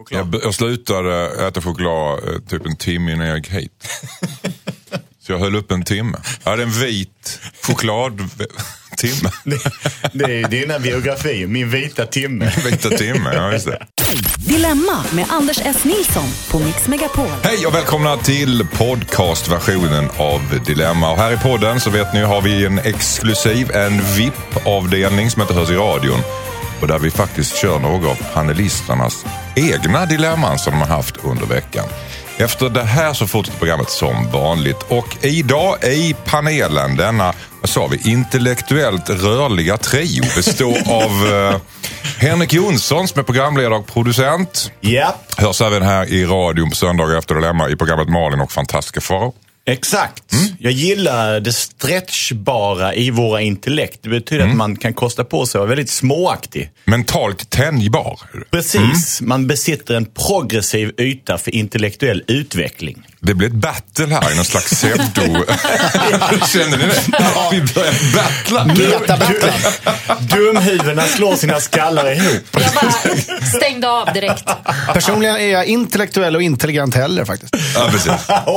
Jag slutade äta choklad typ en timme innan jag gick hit. Så jag höll upp en timme. Jag hade en vit chokladtimme. Det är dina biografi, min vita timme. Vita timme, ja just det. Dilemma med Anders S. Nilsson på Mix Megapol. Hej och välkomna till podcastversionen av Dilemma. Och här i podden så vet ni har vi en exklusiv, en VIP-avdelning som inte hörs i radion. Och där vi faktiskt kör några av panelisternas egna dilemman som de har haft under veckan. Efter det här så fortsätter programmet som vanligt. Och idag i panelen, denna, vad sa vi, intellektuellt rörliga trio består av Henrik Jonsson som är programledare och producent. Ja. Hörs även här i radion på söndagar efter Dilemma i programmet Malin och Fantastiska Faro. Exakt. Jag gillar det stretchbara i våra intellekt. Det betyder att man kan kosta på sig och vara väldigt småaktig. Mentalt tänjbar. Precis. Man besitter en progressiv yta för intellektuell utveckling. Det blir ett battle här i någon slags pseudo. Känner ni det? Vi börjar battla. Dumhuvudena slår sina skallar ihop. Jag bara stängde av direkt. Personligen är jag intellektuell och intelligent heller faktiskt. Ja, precis.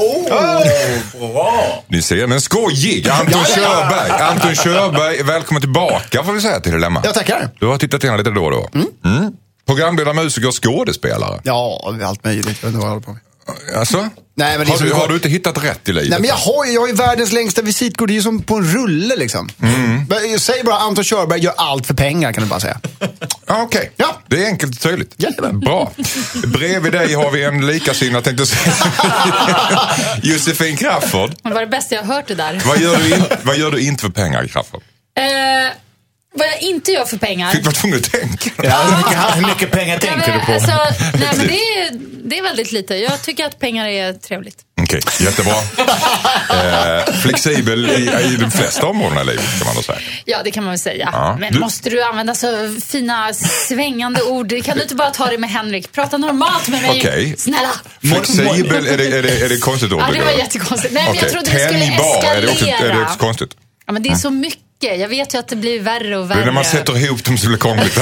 Bra. Ni ser, men skojig. Anton Körberg, välkommen tillbaka får vi säga till Dilemma. Jag tackar. Du har tittat in lite då och då. Programledare, musiker och skådespelare. Ja, allt möjligt. Jag vet inte vad jag håller på med. Alltså? Nej, men har du inte hittat rätt i livet? Nej, men jag har ju världens längsta visitkort. Det är ju som på en rulle liksom. Jag säger bara Anton Körberg gör allt för pengar, kan du bara säga. Okej. Ja. Det är enkelt och tydligt. Jajamän. Bra. Bredvid dig har vi en likasinnad, tänkte jag säga. Josefin Crafoord. Det var det bästa jag har hört det där. Vad gör du inte för pengar, Crafoord? Vad jag inte gör för pengar. Fick vara tvungen att tänka. Ja, hur mycket pengar tänker du på? Alltså, nej, men det är väldigt lite. Jag tycker att pengar är trevligt. Okej, jättebra. Flexibel i de flesta områden i livet, kan man då säga. Ja, det kan man väl säga. Ja. Men måste du använda så fina svängande ord? Kan du inte bara ta det med Henrik? Prata normalt med mig. Okej. Snälla. Flexibel, är det konstigt ord? Ja, det var jättekonstigt. Nej, men jag trodde det skulle Tänjbar, eskalera. är det också konstigt? Ja, men det är så mycket. Jag vet ju att det blir värre och värre. Det är när man sätter ihop dem så blir det krångligt.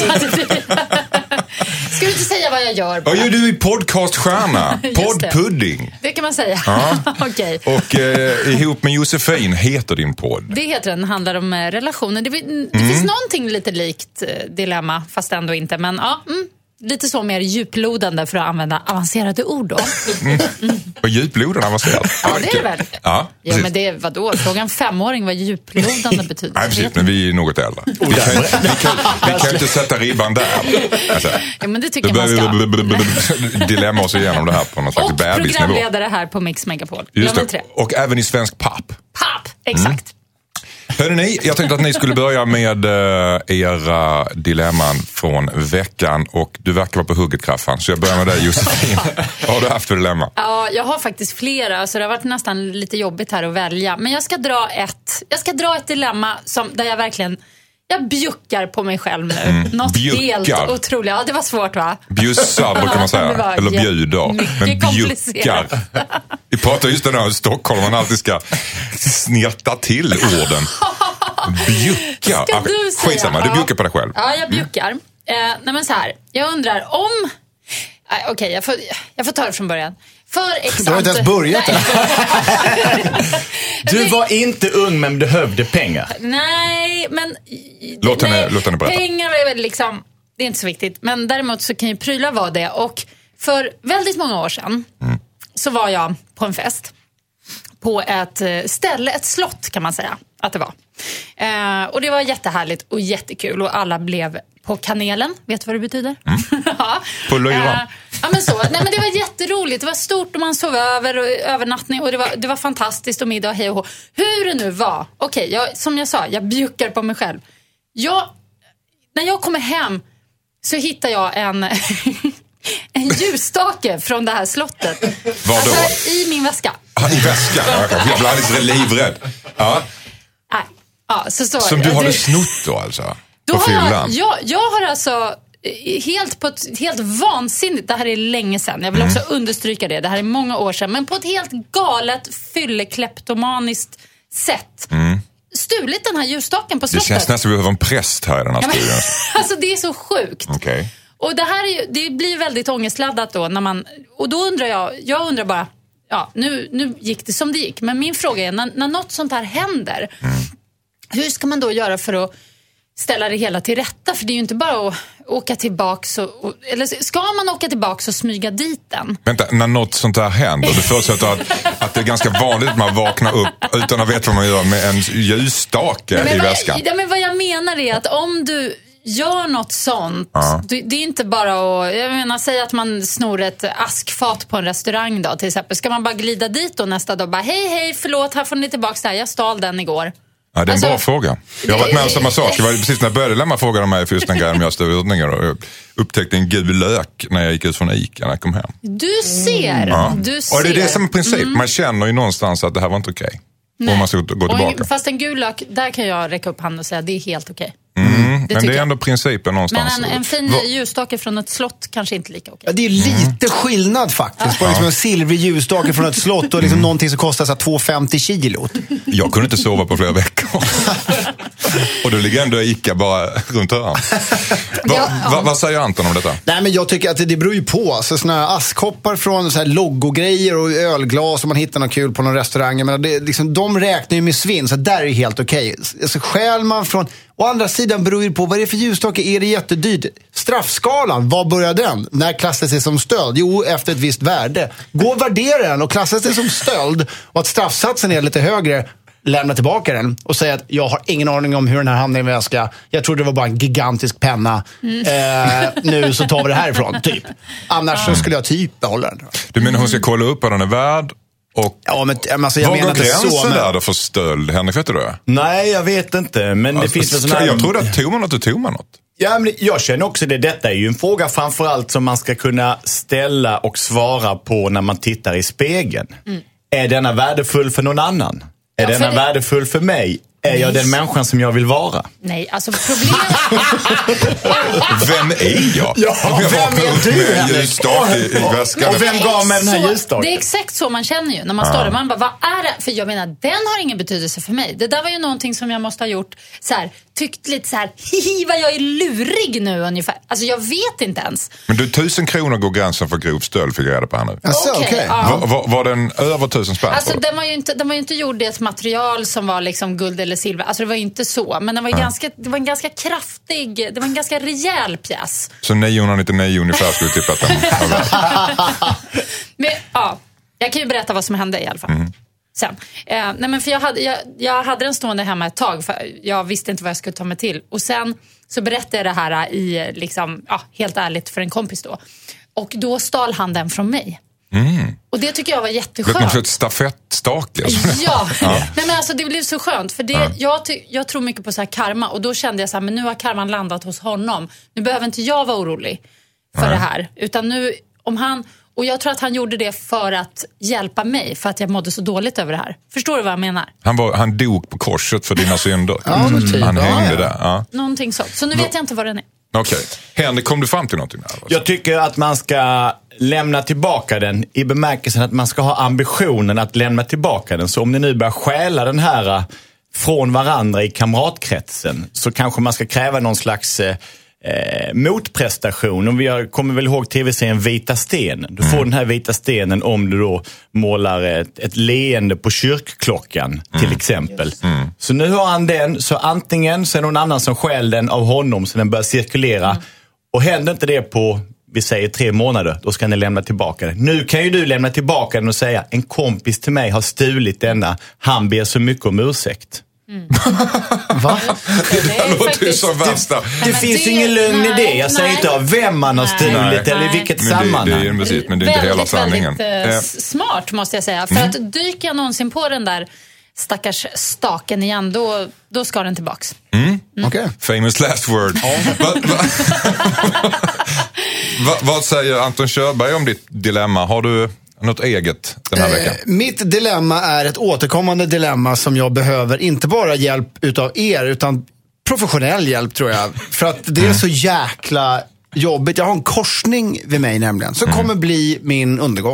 Ska du inte säga vad jag gör? Vad gör du i podcaststjärna? Poddpudding. Det kan man säga. Ja. Okej. Och ihop med Josefin heter din podd. Det heter den, handlar om relationer. Det finns någonting lite likt Dilemma, fast ändå inte. Men ja, lite så mer djuplodande för att använda avancerade ord då. Och djuplodande avancerad. Ja, det är det väl. Ja, ja, men det är vadå? Frågan 5-åring vad djuplodande betyder. Nej, precis, men vi är något äldre. Vi kan inte sätta ribban där. Alltså, ja, men det tycker man ska. Dilemma oss igenom det här på någon slags och bebisnivå. programledare här på Mix Megapol. Just det. Och även i svensk papp. Papp, exakt. Hörrni, jag tänkte att ni skulle börja med era dilemman från veckan. Och du verkar vara på hugget, Kraffan. Så jag börjar med dig, Josefin. Vad har du haft för dilemma? Ja, jag har faktiskt flera. Så det har varit nästan lite jobbigt här att välja. Men jag ska dra ett dilemma där jag verkligen... Jag bjuckar på mig själv nu. Något helt otroligt. Ja, det var svårt, va? Bjussar brukar man säga. Eller bjuder. Men bjuckar. Vi pratar just det där i Stockholm. Man alltid ska snirta till orden. Bjuckar. Ska du säga? Skitsamma, du bjuckar på dig själv. Ja, jag bjuckar. Nej, men så här. Jag undrar om... Okej, jag får ta det från början. Du har inte ens börjat. Du var inte ung men behövde pengar. Nej, men... Låt henne berätta. Pengar är väl liksom... Det är inte så viktigt. Men däremot så kan ju prylar vara det. Och för väldigt många år sedan så var jag på en fest. På ett ställe, ett slott kan man säga att det var. Och det var jättehärligt och jättekul. Och alla blev på kanelen. Vet du vad det betyder? Ja. På lyran. Ja, men så. Nej, men det var jätteroligt. Det var stort och man sov över och övernattning. Och det var fantastiskt och middag och hej och hå. Hur det nu var. Okej, som jag sa, jag bjuckar på mig själv. När jag kommer hem så hittar jag en ljusstake från det här slottet. Var då? Alltså, i min väska. I väskan? Jag blir alldeles livrädd. Ja. Nej. Ja, så som du har snott då alltså? Då har jag har alltså helt vansinnigt, det här är länge sedan, jag vill också understryka det här är många år sedan, men på ett helt galet fyllekleptomaniskt sätt stulit den här ljusstaken på slottet. Det känns nästan som vi behöver en präst här i den här studion. Alltså det är så sjukt. Okay. Och det här det blir väldigt ångestladdat då när man, och då undrar jag undrar bara, ja, nu gick det som det gick. Men min fråga är, när något sånt här händer, hur ska man då göra för att ställa det hela till rätta? För det är ju inte bara att åka tillbaks eller ska man åka tillbaks och smyga dit den? Vänta, när något sånt här händer, du förutsätter att det är ganska vanligt att man vaknar upp utan att veta vad man gör med en ljusstake i väskan. Men vad jag menar är att om du gör något sånt, det är inte bara att, jag menar, säga att man snor ett askfat på en restaurang då till exempel. Ska man bara glida dit och nästa dag bara, hej, förlåt, här får ni tillbaks det här, jag stal den igår. Ja, det är en bra fråga. Jag har varit med om samma sak. Det var precis när jag började lämna frågan om mig för just den grejen med just överordningar. Och jag upptäckte en gul lök när jag gick ut från Ica när jag kom hem. Du ser. Och det är det som är princip. Man känner ju någonstans att det här var inte okej. Om man ska gå tillbaka. Fast en gul lök, där kan jag räcka upp handen och säga att det är helt okej. Men det är ändå principen någonstans. Men en fin ljusstake från ett slott kanske inte lika okej. Ja, det är lite skillnad faktiskt på liksom en silvrig ljusstake från ett slott och liksom någonting som kostar så 2,50 kilot. Jag kunde inte sova på flera veckor. Och då ligger ändå Ica bara runt hörn. Vad säger Anton om detta? Nej, men jag tycker att det beror ju på. Alltså, såna här askkoppar från så här logogrejer och ölglas och man hittar något kul på någon restaurang. Men det, liksom, de räknar ju med svinn, så där är det helt okej. Alltså, stjäl man från... Å andra sidan beror det på, vad är det för ljusstake? Är det jättedyrt? Straffskalan, vad börjar den? När klassas det som stöld? Jo, efter ett visst värde. Gå och värdera den och klassas det som stöld och att straffsatsen är lite högre, lämna tillbaka den och säga att jag har ingen aning om hur den här hamnar i väska. Jag trodde det var bara en gigantisk penna. Nu så tar vi det härifrån, typ. Annars så skulle jag typ behålla den. Du menar hon ska kolla upp vad den är värd? Och ja, men alltså, jag menar inte så. Vad går gränsen där då för stöld? Henrik, vet du det? Nej, jag vet inte. Men det finns en sån här... Jag trodde att tog man något. Ja, men jag känner också det. Detta är ju en fråga framförallt som man ska kunna ställa och svara på när man tittar i spegeln. Är denna värdefull för någon annan? Är denna värdefull för mig? Är jag den människan som jag vill vara? Nej, alltså problemet... Vem är jag? Ja, vem är du, Henrik? Och vem gav mig den här ljusstaken? Det är exakt så man känner ju när man står där. Man bara, vad är det? För jag menar, den har ingen betydelse för mig. Det där var ju någonting som jag måste ha gjort så här, tyckt lite så här, hihi, vad jag är lurig nu ungefär. Alltså jag vet inte ens. Men du, 1000 kronor går gränsen för grov stöld, fick jag reda på här nu. Okej. Var den över 1000 spänn? Alltså den var ju inte gjord i ett material som var liksom guld eller silver. Alltså det var ju inte så. Men den var det var en ganska kraftig, det var en ganska rejäl pjäs. Så 999 ungefär skulle tippa att den. Men ja, jag kan ju berätta vad som hände i alla fall. Sen. Nej, men för jag hade den stående hemma ett tag, för jag visste inte vad jag skulle ta mig till. Och sen så berättade jag det här i, liksom, helt ärligt för en kompis då. Och då stal han den från mig. Och det tycker jag var jätteskönt. Det är ett stafettstake. Ja. Nej, men alltså det blev så skönt. För det, jag tror mycket på så här karma. Och då kände jag så här, men nu har karman landat hos honom. Nu behöver inte jag vara orolig för det här. Utan nu, om han... Och jag tror att han gjorde det för att hjälpa mig, för att jag mådde så dåligt över det här. Förstår du vad jag menar? Han dog på korset för dina synder. Han hängde där. Ja. Någonting sånt. Så nu vet jag inte vad den är. Okej. Henrik, kom du fram till någonting där? Jag tycker att man ska lämna tillbaka den i bemärkelsen att man ska ha ambitionen att lämna tillbaka den. Så om ni nu börjar stjäla den här från varandra i kamratkretsen, så kanske man ska kräva någon slags... motprestation. Och vi kommer väl ihåg tv-serien Vita sten. Du får den här vita stenen om du då målar ett leende på kyrkklockan till exempel. Så nu har han den, så antingen så är någon annan som stjäl den av honom så den börjar cirkulera. Och händer inte det på, vi säger 3 månader, då ska ni lämna tillbaka den. Nu kan ju du lämna tillbaka den och säga, en kompis till mig har stulit denna, han ber så mycket om ursäkt. Va? Det låter ju som värsta. Det finns ju ingen lögn i det. Jag säger inte av vem man har stulit eller i vilket sammanhang. Men det är inte hela sanningen. Väldigt smart måste jag säga. För att dyker jag någonsin på den där stackars staken igen, då ska den tillbaks. Okay. Famous last word. Vad säger Anton Körberg om ditt dilemma? Har du något eget den här veckan? Mitt dilemma är ett återkommande dilemma som jag behöver inte bara hjälp utav er utan professionell hjälp, tror jag. För att det är så jäkla jobbigt. Jag har en korsning vid mig nämligen som kommer bli min undergång.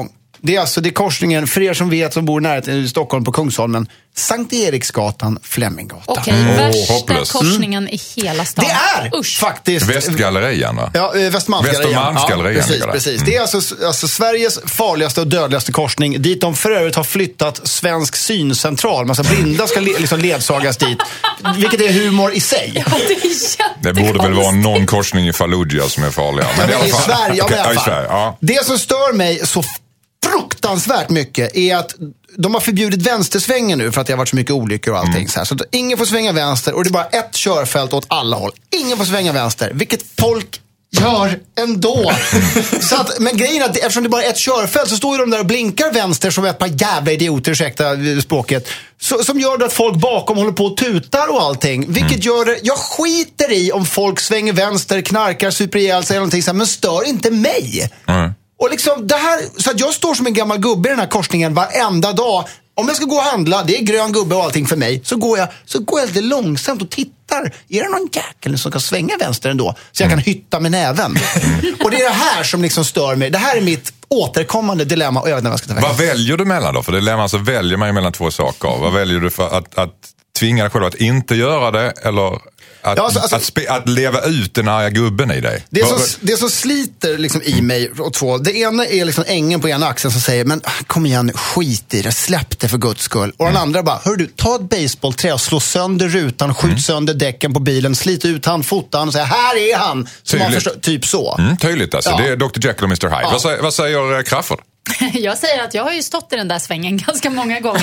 Det är korsningen, för er som vet, som bor nära i Stockholm på Kungsholmen, Sankt Eriksgatan, Fleminggatan. Okej, värsta korsningen i hela stan. Det är faktiskt... Västgallerian, va? Ja, Västermalmsgallerian. Ja, precis. Det är alltså Sveriges farligaste och dödligaste korsning, dit de för övrigt har flyttat Svensk syncentral. Massa blinda ska liksom ledsagas dit. Vilket är humor i sig. Ja, det borde väl vara någon korsning i Fallujah som är farligare. Men i Sverige, okay, i Sverige, ja. Det som stör mig så fruktansvärt mycket är att de har förbjudit vänstersvängen nu för att det har varit så mycket olyckor och allting så här. Så att ingen får svänga vänster och det är bara ett körfält åt alla håll. Ingen får svänga vänster, vilket folk gör ändå. Så att, men grejen är att eftersom det bara är ett körfält så står ju de där och blinkar vänster som ett par jävla idioter, ursäkta språket, som gör det att folk bakom håller på och tutar och allting. Vilket gör det, jag skiter i om folk svänger vänster, knarkar, super ihjäl sig eller någonting så här, men stör inte mig. Och liksom det här, så att jag står som en gammal gubbe i den här korsningen varenda dag. Om jag ska gå och handla, det är grön gubbe och allting för mig, så går jag lite långsamt och tittar. Är det någon jäkel som kan svänga vänster ändå? Så jag kan hytta med näven. Och det är det här som liksom stör mig. Det här är mitt återkommande dilemma och jag vet inte vad jag ska ta vägen. Vad väljer du mellan då? För dilemma så väljer man ju mellan två saker. Vad väljer du för att tvinga dig själv att inte göra det eller... Att leva ut den arga gubben i dig. Det som sliter liksom i mig och två. Det ena är liksom ängen på ena axeln som säger, men kom igen, skit i det, släpp det för Guds skull. Och den andra bara, hör du, ta ett baseballträ och slå sönder rutan, skjut sönder däcken på bilen, slit ut handfotan och säga, här är han. Som man förstår, typ så. Tydligt alltså, det är Dr. Jekyll och Mr. Hyde. Ja. Vad säger Crafoord? Jag säger att jag har ju stått i den där svängen ganska många gånger.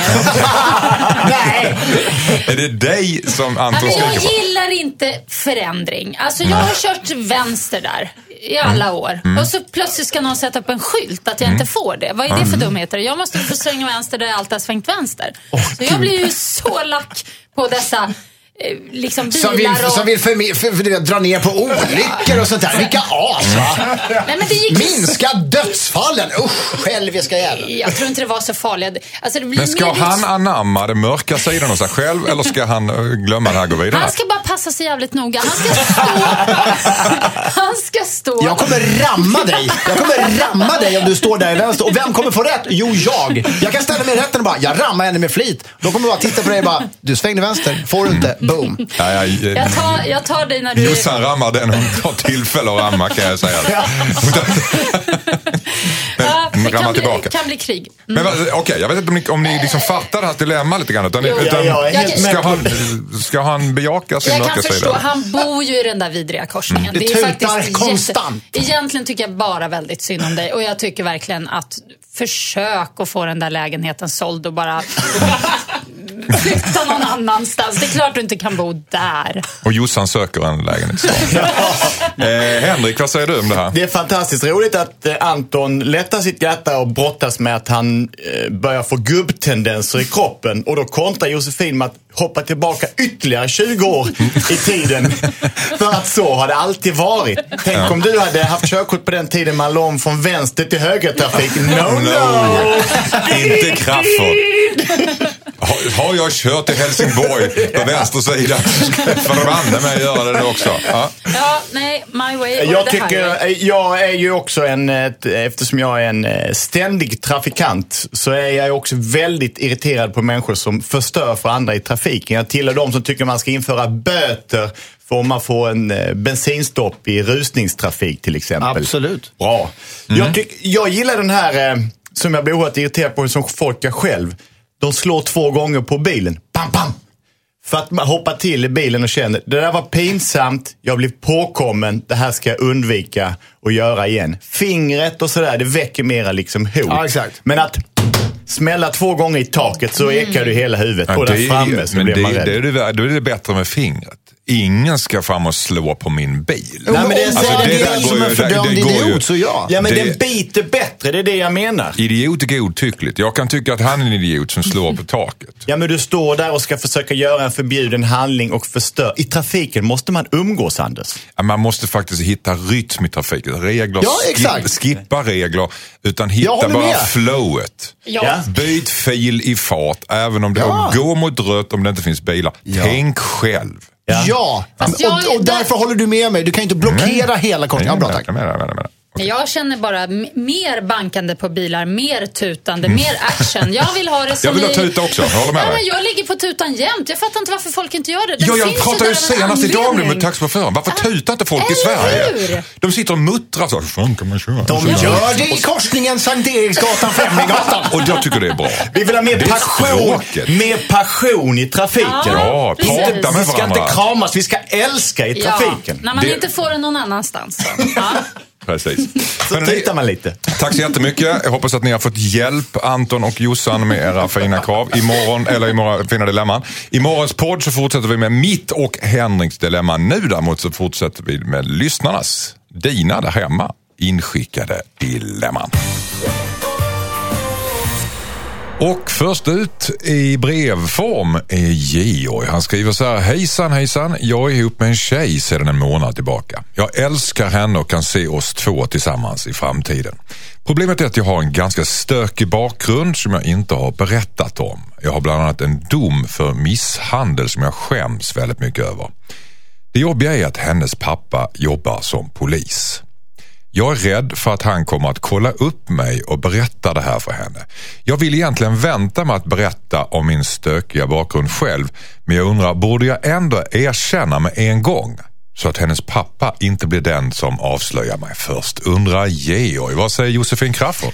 Nej! Är det dig som Anton skriker på? Jag gillar inte förändring. Alltså jag har kört vänster där i alla år. Och så plötsligt ska någon sätta upp en skylt att jag inte får det. Vad är det för dumheter? Jag måste få svänga vänster där jag alltid har svängt vänster. Så jag blir ju så lack på dessa... liksom bilar som vill dra ner på olyckor och sånt där. Vilka as, va? Nej, men det gick... Minska dödsfallen. Själviska jävlar. Jag tror inte det var så farligt. Alltså, det blir men ska han anamma den mörka sidan av sig själv eller ska han glömma det här och gå vidare? Han ska bara passa sig jävligt noga. Han ska stå. Jag kommer ramma dig om du står där i vänster. Och vem kommer få rätt? Jo, jag kan ställa mig i rätten och bara, jag rammar henne med flit. Då kommer jag bara titta på dig och bara, du svängde vänster, får du inte. Boom. Jag tar dig när du... Jossan rammar den hon tar tillfälle att ramma, kan jag säga. Det kan bli krig. Men okej, jag vet inte om ni liksom fattar det här dilemma lite grann. Ska han bejaka sin mörka sida? Jag kan förstå, han bor ju i den där vidriga korsningen. Det är faktiskt konstant. Egentligen tycker jag bara väldigt synd om dig. Och jag tycker verkligen att försök att få den där lägenheten såld och bara... flytta någon annanstans. Det är klart du inte kan bo där. Och Jossan söker en lägenhet. Henrik, vad säger du om det här? Det är fantastiskt roligt att Anton lättar sitt hjärta och brottas med att han börjar få gubbtendenser i kroppen. Och då kontrar Josefin med att hoppa tillbaka ytterligare 20 år i tiden. För att så har det alltid varit. Tänk om du hade haft körkort på den tiden man låg om från vänster till högertrafik. No. Inte Crafoord. Har jag kört till Helsingborg på vänster sida så ska jag förvandla mig att göra det också. Ja, nej, my way. Jag är ju också eftersom jag är en ständig trafikant så är jag också väldigt irriterad på människor som förstör för andra i trafiken. Jag tillhör de som tycker man ska införa böter för om man får en bensinstopp i rusningstrafik till exempel. Absolut. Bra. Jag gillar den här som jag blir oerhört irriterad på som folk jag själv. De slår 2 gånger på bilen. Pam, pam. För att man hoppar till i bilen och känner, det där var pinsamt, jag blev påkommen, det här ska jag undvika och göra igen. Fingret och sådär, det väcker mera liksom hot. Ja, exakt. Men att smälla 2 gånger i taket så ekar du hela huvudet. Och där framme så blir man rädd. Då är det bättre med fingret. Ingen ska fram och slå på min bil. Nej, men det är som en fördömd idiot, så ja. Ja, men den biter bättre, det är det jag menar. Idiot är godtyckligt. Jag kan tycka att han är en idiot som slår på taket. Ja, men du står där och ska försöka göra en förbjuden handling och förstör. I trafiken måste man umgås, Anders. Ja, man måste faktiskt hitta rytm i trafiken. Regler, skippa regler, utan hitta bara flowet. Ja. Byt fil i fart, även om det går mot rött om det inte finns bilar. Tänk själv. Ja, och därför håller du med mig. Du kan inte blockera hela kortet. Ja, bra, tack. Jag känner bara mer bankande på bilar, mer tutande, mer action. Jag vill ha det som jag vill ha tuta också, jag håller med dig. Men jag ligger på tutan jämt. Jag fattar inte varför folk inte gör det. Jag pratade ju senast idag med taxichauffören. Varför tutar inte folk i Sverige? De sitter och muttrar så. Kan man köra? De gör det i korsningen Sankt Eriksgatan, Främlinggatan. Och jag tycker det är bra. Vi vill ha mer passion i trafiken. Ja, prata med varandra. Vi ska inte kramas, vi ska älska i trafiken. När man inte får det någon annanstans. Ja. Precis. Så tittar man lite. Tack så jättemycket. Jag hoppas att ni har fått hjälp, Anton och Jossan, med era fina krav. Imorgon fina dilemman. I morgons podd så fortsätter vi med mitt och Henriks dilemma. Nu däremot så fortsätter vi med lyssnarnas, dina där hemma, inskickade dilemman. Och först ut i brevform är Georg. Han skriver så här: hejsan, jag är ihop med en tjej sedan en månad tillbaka. Jag älskar henne och kan se oss två tillsammans i framtiden. Problemet är att jag har en ganska stökig bakgrund som jag inte har berättat om. Jag har bland annat en dom för misshandel som jag skäms väldigt mycket över. Det jobbiga är att hennes pappa jobbar som polis. Jag är rädd för att han kommer att kolla upp mig och berätta det här för henne. Jag vill egentligen vänta med att berätta om min stökiga bakgrund själv, men jag undrar, borde jag ändå erkänna med en gång så att hennes pappa inte blir den som avslöjar mig först? Undrar Georg. Vad säger Josefin Crafoord?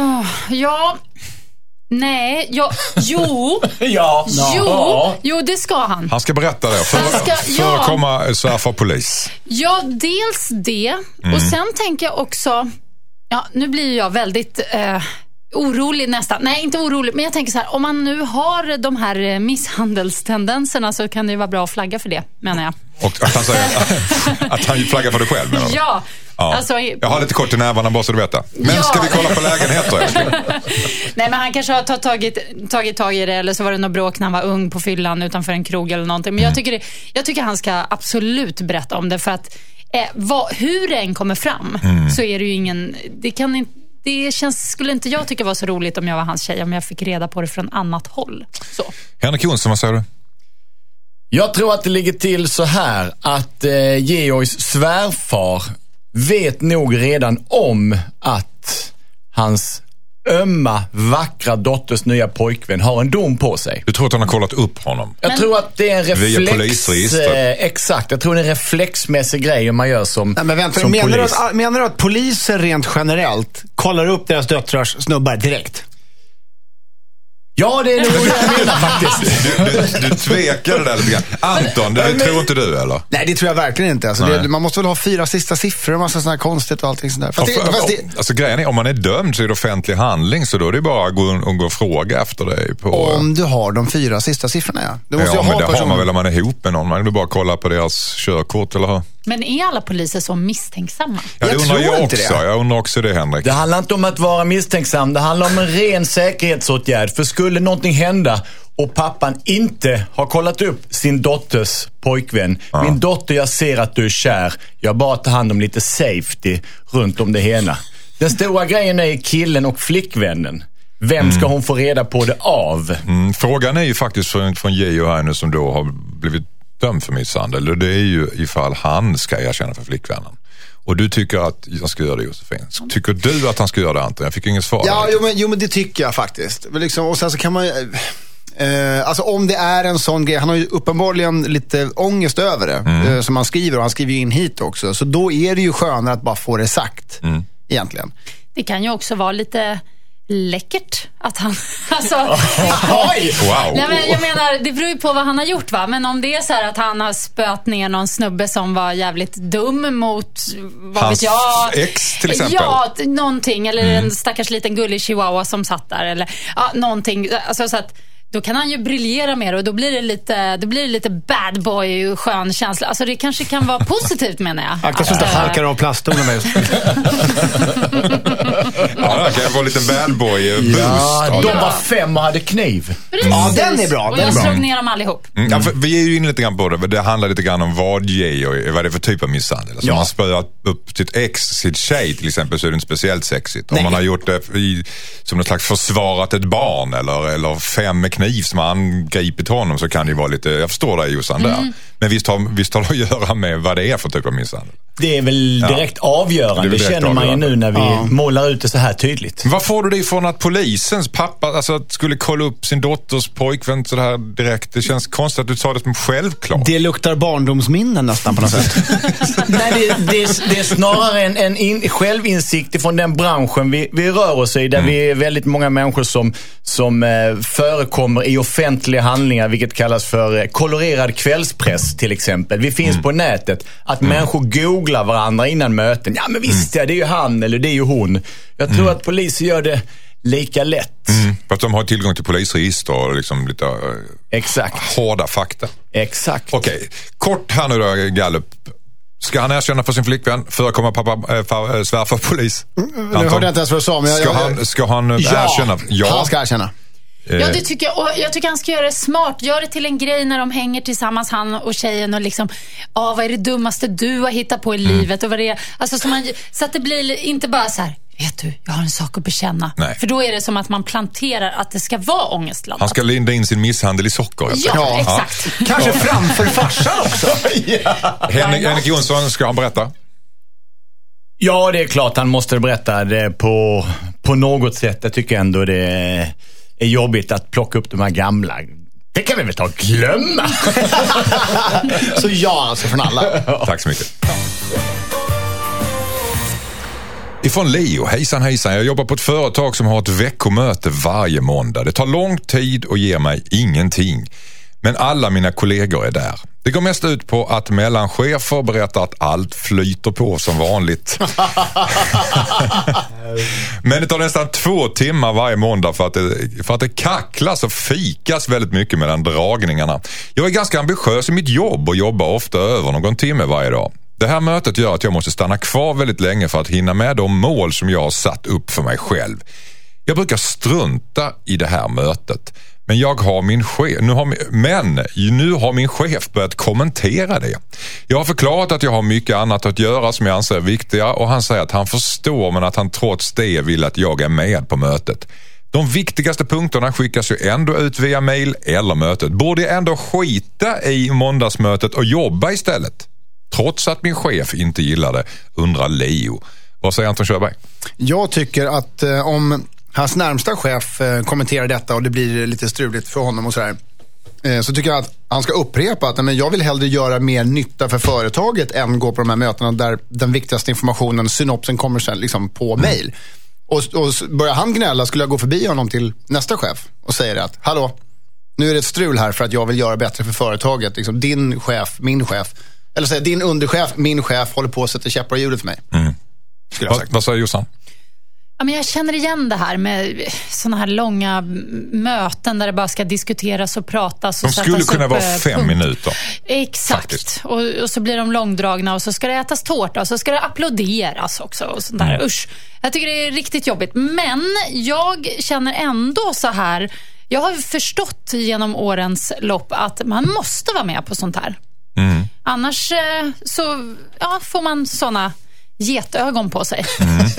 Jo, det ska han. Han ska berätta det för att komma så här för polis. Ja, dels det. Och sen tänker jag också, nu blir jag väldigt orolig nästan. Nej, inte orolig, men jag tänker så här, om man nu har de här misshandelstendenserna så kan det ju vara bra att flagga för det, menar jag. Och att han säger att han flaggar för det själv, menar du? Ja. Alltså, jag har lite kort i nävarna bara så du vet det. Men ska vi kolla på lägenheter? Nej, men han kanske har tagit tag i det, eller så var det något bråk när han var ung på fyllan utanför en krog eller någonting. Men jag tycker han ska absolut berätta om det, för att hur det än kommer fram så är det ju ingen... skulle inte jag tycka var så roligt om jag var hans tjej, om jag fick reda på det från annat håll. Så. Henrik Jonsson, vad säger du? Jag tror att det ligger till så här att Georgs svärfar vet nog redan om att hans ömma, vackra dotters nya pojkvän har en dom på sig. Du tror att han har kollat upp honom? Jag tror att det är en reflex. Via polisregister. Exakt, jag tror det är en reflexmässig grej man gör som, nej, men vänta, som polis. Menar du att poliser rent generellt kollar upp deras döttrars snubbar direkt? Ja, det är nog det jag menar faktiskt. Du tvekar det där lite grann. Anton, det tror inte du, eller? Nej, det tror jag verkligen inte. Alltså, man måste väl ha 4 sista siffror och massa sådana här konstigt och allting sånt där. Alltså grejen är, om man är dömd så är det offentlig handling, så då är det bara att gå och fråga efter dig på... Om du har de 4 sista siffrorna, ja. Men det har man väl om man är ihop med någon. Man vill bara kolla på deras körkort, eller hur? Men är alla poliser så misstänksamma? Ja, det undrar jag också. Jag undrar också det, Henrik. Det handlar inte om att vara misstänksam. Det handlar om en ren säkerhetsåtgärd. För skulle någonting hända och pappan inte har kollat upp sin dotters pojkvän. Min dotter, jag ser att du är kär. Jag bara tar hand om lite safety runt om det hela. Den stora grejen är killen och flickvännen. Vem ska hon få reda på det av? Frågan är ju faktiskt från Geo här nu, som då har blivit dömd för misshandel. Och det är ju ifall han ska erkänna för flickvännen. Och du tycker att han ska göra det, Josefin. Tycker du att han ska göra det, Anton? Jag fick ingen svar. Ja, jo, men det tycker jag faktiskt. Liksom, och sen så kan man... alltså om det är en sån grej, han har ju uppenbarligen lite ångest över det, som han skriver, och han skriver ju in hit också. Så då är det ju skönare att bara få det sagt, egentligen. Det kan ju också vara lite... läckert att han alltså wow. Nej, men jag menar, det beror ju på vad han har gjort, va? Men om det är så här att han har spöat ner någon snubbe som var jävligt dum mot hans ex till exempel. Ja, någonting, eller en stackars liten gullig chihuahua som satt där, eller någonting, alltså, så att då kan han ju briljera mer, och då blir det lite bad boy och skön känsla. Alltså det kanske kan vara positivt, menar jag. Han kanske inte halkar av plaststolen med just. Ja, det kan vara lite bad boy boost. Ja, de var 5 och hade kniv. Ja, den är bra. Och jag slog ner dem allihop. Ja, vi är ju inne lite grann på det. Det handlar lite grann om vad det är för typ av misshandel. Alltså, om man spöar upp sitt tjej till exempel, så är det inte speciellt sexigt. Om man har gjort det som något slags försvarat ett barn eller 5 med kniv som har angripit honom, så kan det vara lite, jag förstår dig, Jossan, där. Men visst har det att göra med vad det är för typ av misshandel. Det är väl direkt avgörande. Det känner man ju nu när vi målar ut det så här tydligt. Vad får du det ifrån att polisens pappa skulle kolla upp sin dotters pojkvän så här direkt? Det känns konstigt att du sa det som självklart. Det luktar barndomsminnen nästan på något sätt. Nej, det är snarare en självinsikt ifrån den branschen vi rör oss i. Där vi är väldigt många människor som förekommer i offentliga handlingar, vilket kallas för kolorerad kvällspress till exempel. Vi finns på nätet. Att människor googlar varandra innan möten. Ja, men visst, det är ju han eller det är ju hon. Jag tror att polisen gör det lika lätt. För att de har tillgång till polisregister och liksom lite hårda fakta. Exakt. Okej, kort här nu då, Gallup. Ska han erkänna för sin flickvän? Förekommer pappa svärfar polis? Nu hörde jag inte ens vad du sa, men ska han erkänna? Ja, han ska erkänna. Ja, det tycker jag. Och jag tycker han ska göra det smart. Gör det till en grej när de hänger tillsammans, han och tjejen, och liksom, vad är det dummaste du har hittat på i livet? Och vad det är. Alltså, så att det blir inte bara så här, vet du, jag har en sak att bekänna. Nej. För då är det som att man planterar att det ska vara ångestladdat. Han ska linda in sin misshandel i socker. Ja, exakt. Kanske framför farsan också. Henrik Jonsson, ska han berätta? Ja, det är klart han måste berätta det på något sätt. Jag tycker ändå det är jobbigt att plocka upp de här gamla. Det kan vi väl ta och glömma. Så ja, alltså från alla. Tack så mycket. Ifrån Leo, hejsan. Jag jobbar på ett företag som har ett veckomöte varje måndag. Det tar lång tid och ger mig ingenting. Men alla mina kollegor är där. Det går mest ut på att mellanchefer berättar att allt flyter på som vanligt. Men det tar nästan 2 timmar varje måndag för att det kacklas och fikas väldigt mycket mellan dragningarna. Jag är ganska ambitiös i mitt jobb och jobbar ofta över någon timme varje dag. Det här mötet gör att jag måste stanna kvar väldigt länge för att hinna med de mål som jag har satt upp för mig själv. Jag brukar strunta i det här mötet. Men nu har min chef börjat kommentera det. Jag har förklarat att jag har mycket annat att göra som jag anser är viktiga, och han säger att han förstår, men att han trots det vill att jag är med på mötet. De viktigaste punkterna skickas ju ändå ut via mail eller mötet. Borde jag ändå skita i måndagsmötet och jobba istället? Trots att min chef inte gillar det, undrar Leo. Vad säger Anton Körberg? Jag tycker att om hans närmsta chef kommenterar detta och det blir lite struligt för honom och sådär, så tycker jag att han ska upprepa att jag vill hellre göra mer nytta för företaget än gå på de här mötena där den viktigaste informationen, synopsen, kommer sen liksom på mail. Och börjar han gnälla, skulle jag gå förbi honom till nästa chef och säga att hallå, nu är det ett strul här för att jag vill göra bättre för företaget. Liksom, din chef, min chef, eller säga din underchef, min chef håller på att sätta käppar i hjulet för mig. Vad säger Jossan? Ja, men jag känner igen det här med såna här långa möten där det bara ska diskuteras och pratas. Och de skulle kunna vara 5 minuter. Exakt. Och så blir de långdragna och så ska det ätas tårta och så ska det applåderas också. Och sånt där. Usch. Jag tycker det är riktigt jobbigt. Men jag känner ändå så här. Jag har förstått genom årens lopp att man måste vara med på sånt här. Annars så får man såna getögon på sig.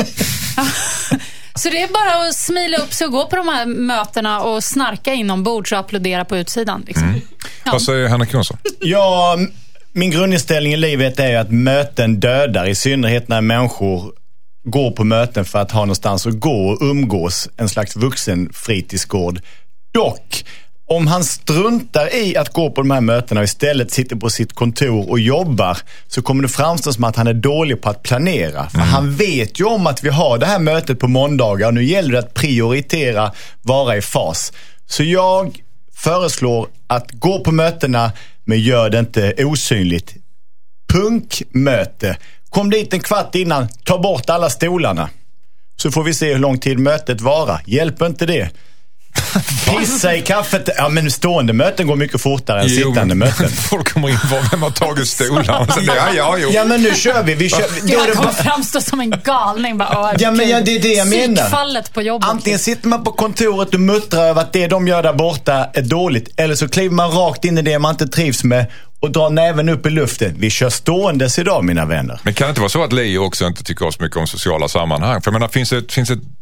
Så det är bara att smila upp sig och gå på de här mötena och snarka inombords och applådera på utsidan. Liksom. Vad säger Henrik Jonsson? Ja, min grundinställning i livet är att möten dödar, i synnerhet när människor går på möten för att ha någonstans att gå och umgås, en slags vuxen fritidsgård. Dock, om han struntar i att gå på de här mötena och istället sitter på sitt kontor och jobbar, så kommer det framstå som att han är dålig på att planera. För han vet ju om att vi har det här mötet på måndagar och nu gäller det att prioritera, vara i fas. Så jag föreslår att gå på mötena, men gör det inte osynligt. Punkmöte. Kom dit en kvart innan, ta bort alla stolarna. Så får vi se hur lång tid mötet varar. Hjälper inte det? Pissa i kaffet. Ja, men stående möten går mycket fortare än sittande möten. Folk kommer in, vem har tagit stolar? Ja, men nu kör vi. Jag kommer framstå som en galning. Det är det jag menar. Psykfallet på jobbet. Antingen sitter man på kontoret och muttrar över att det de gör där borta är dåligt, eller så kliver man rakt in i det man inte trivs med och drar näven upp i luften. Vi kör ståendes idag, mina vänner. Men kan det inte vara så att Leo också inte tycker så mycket om sociala sammanhang? För jag menar, finns ett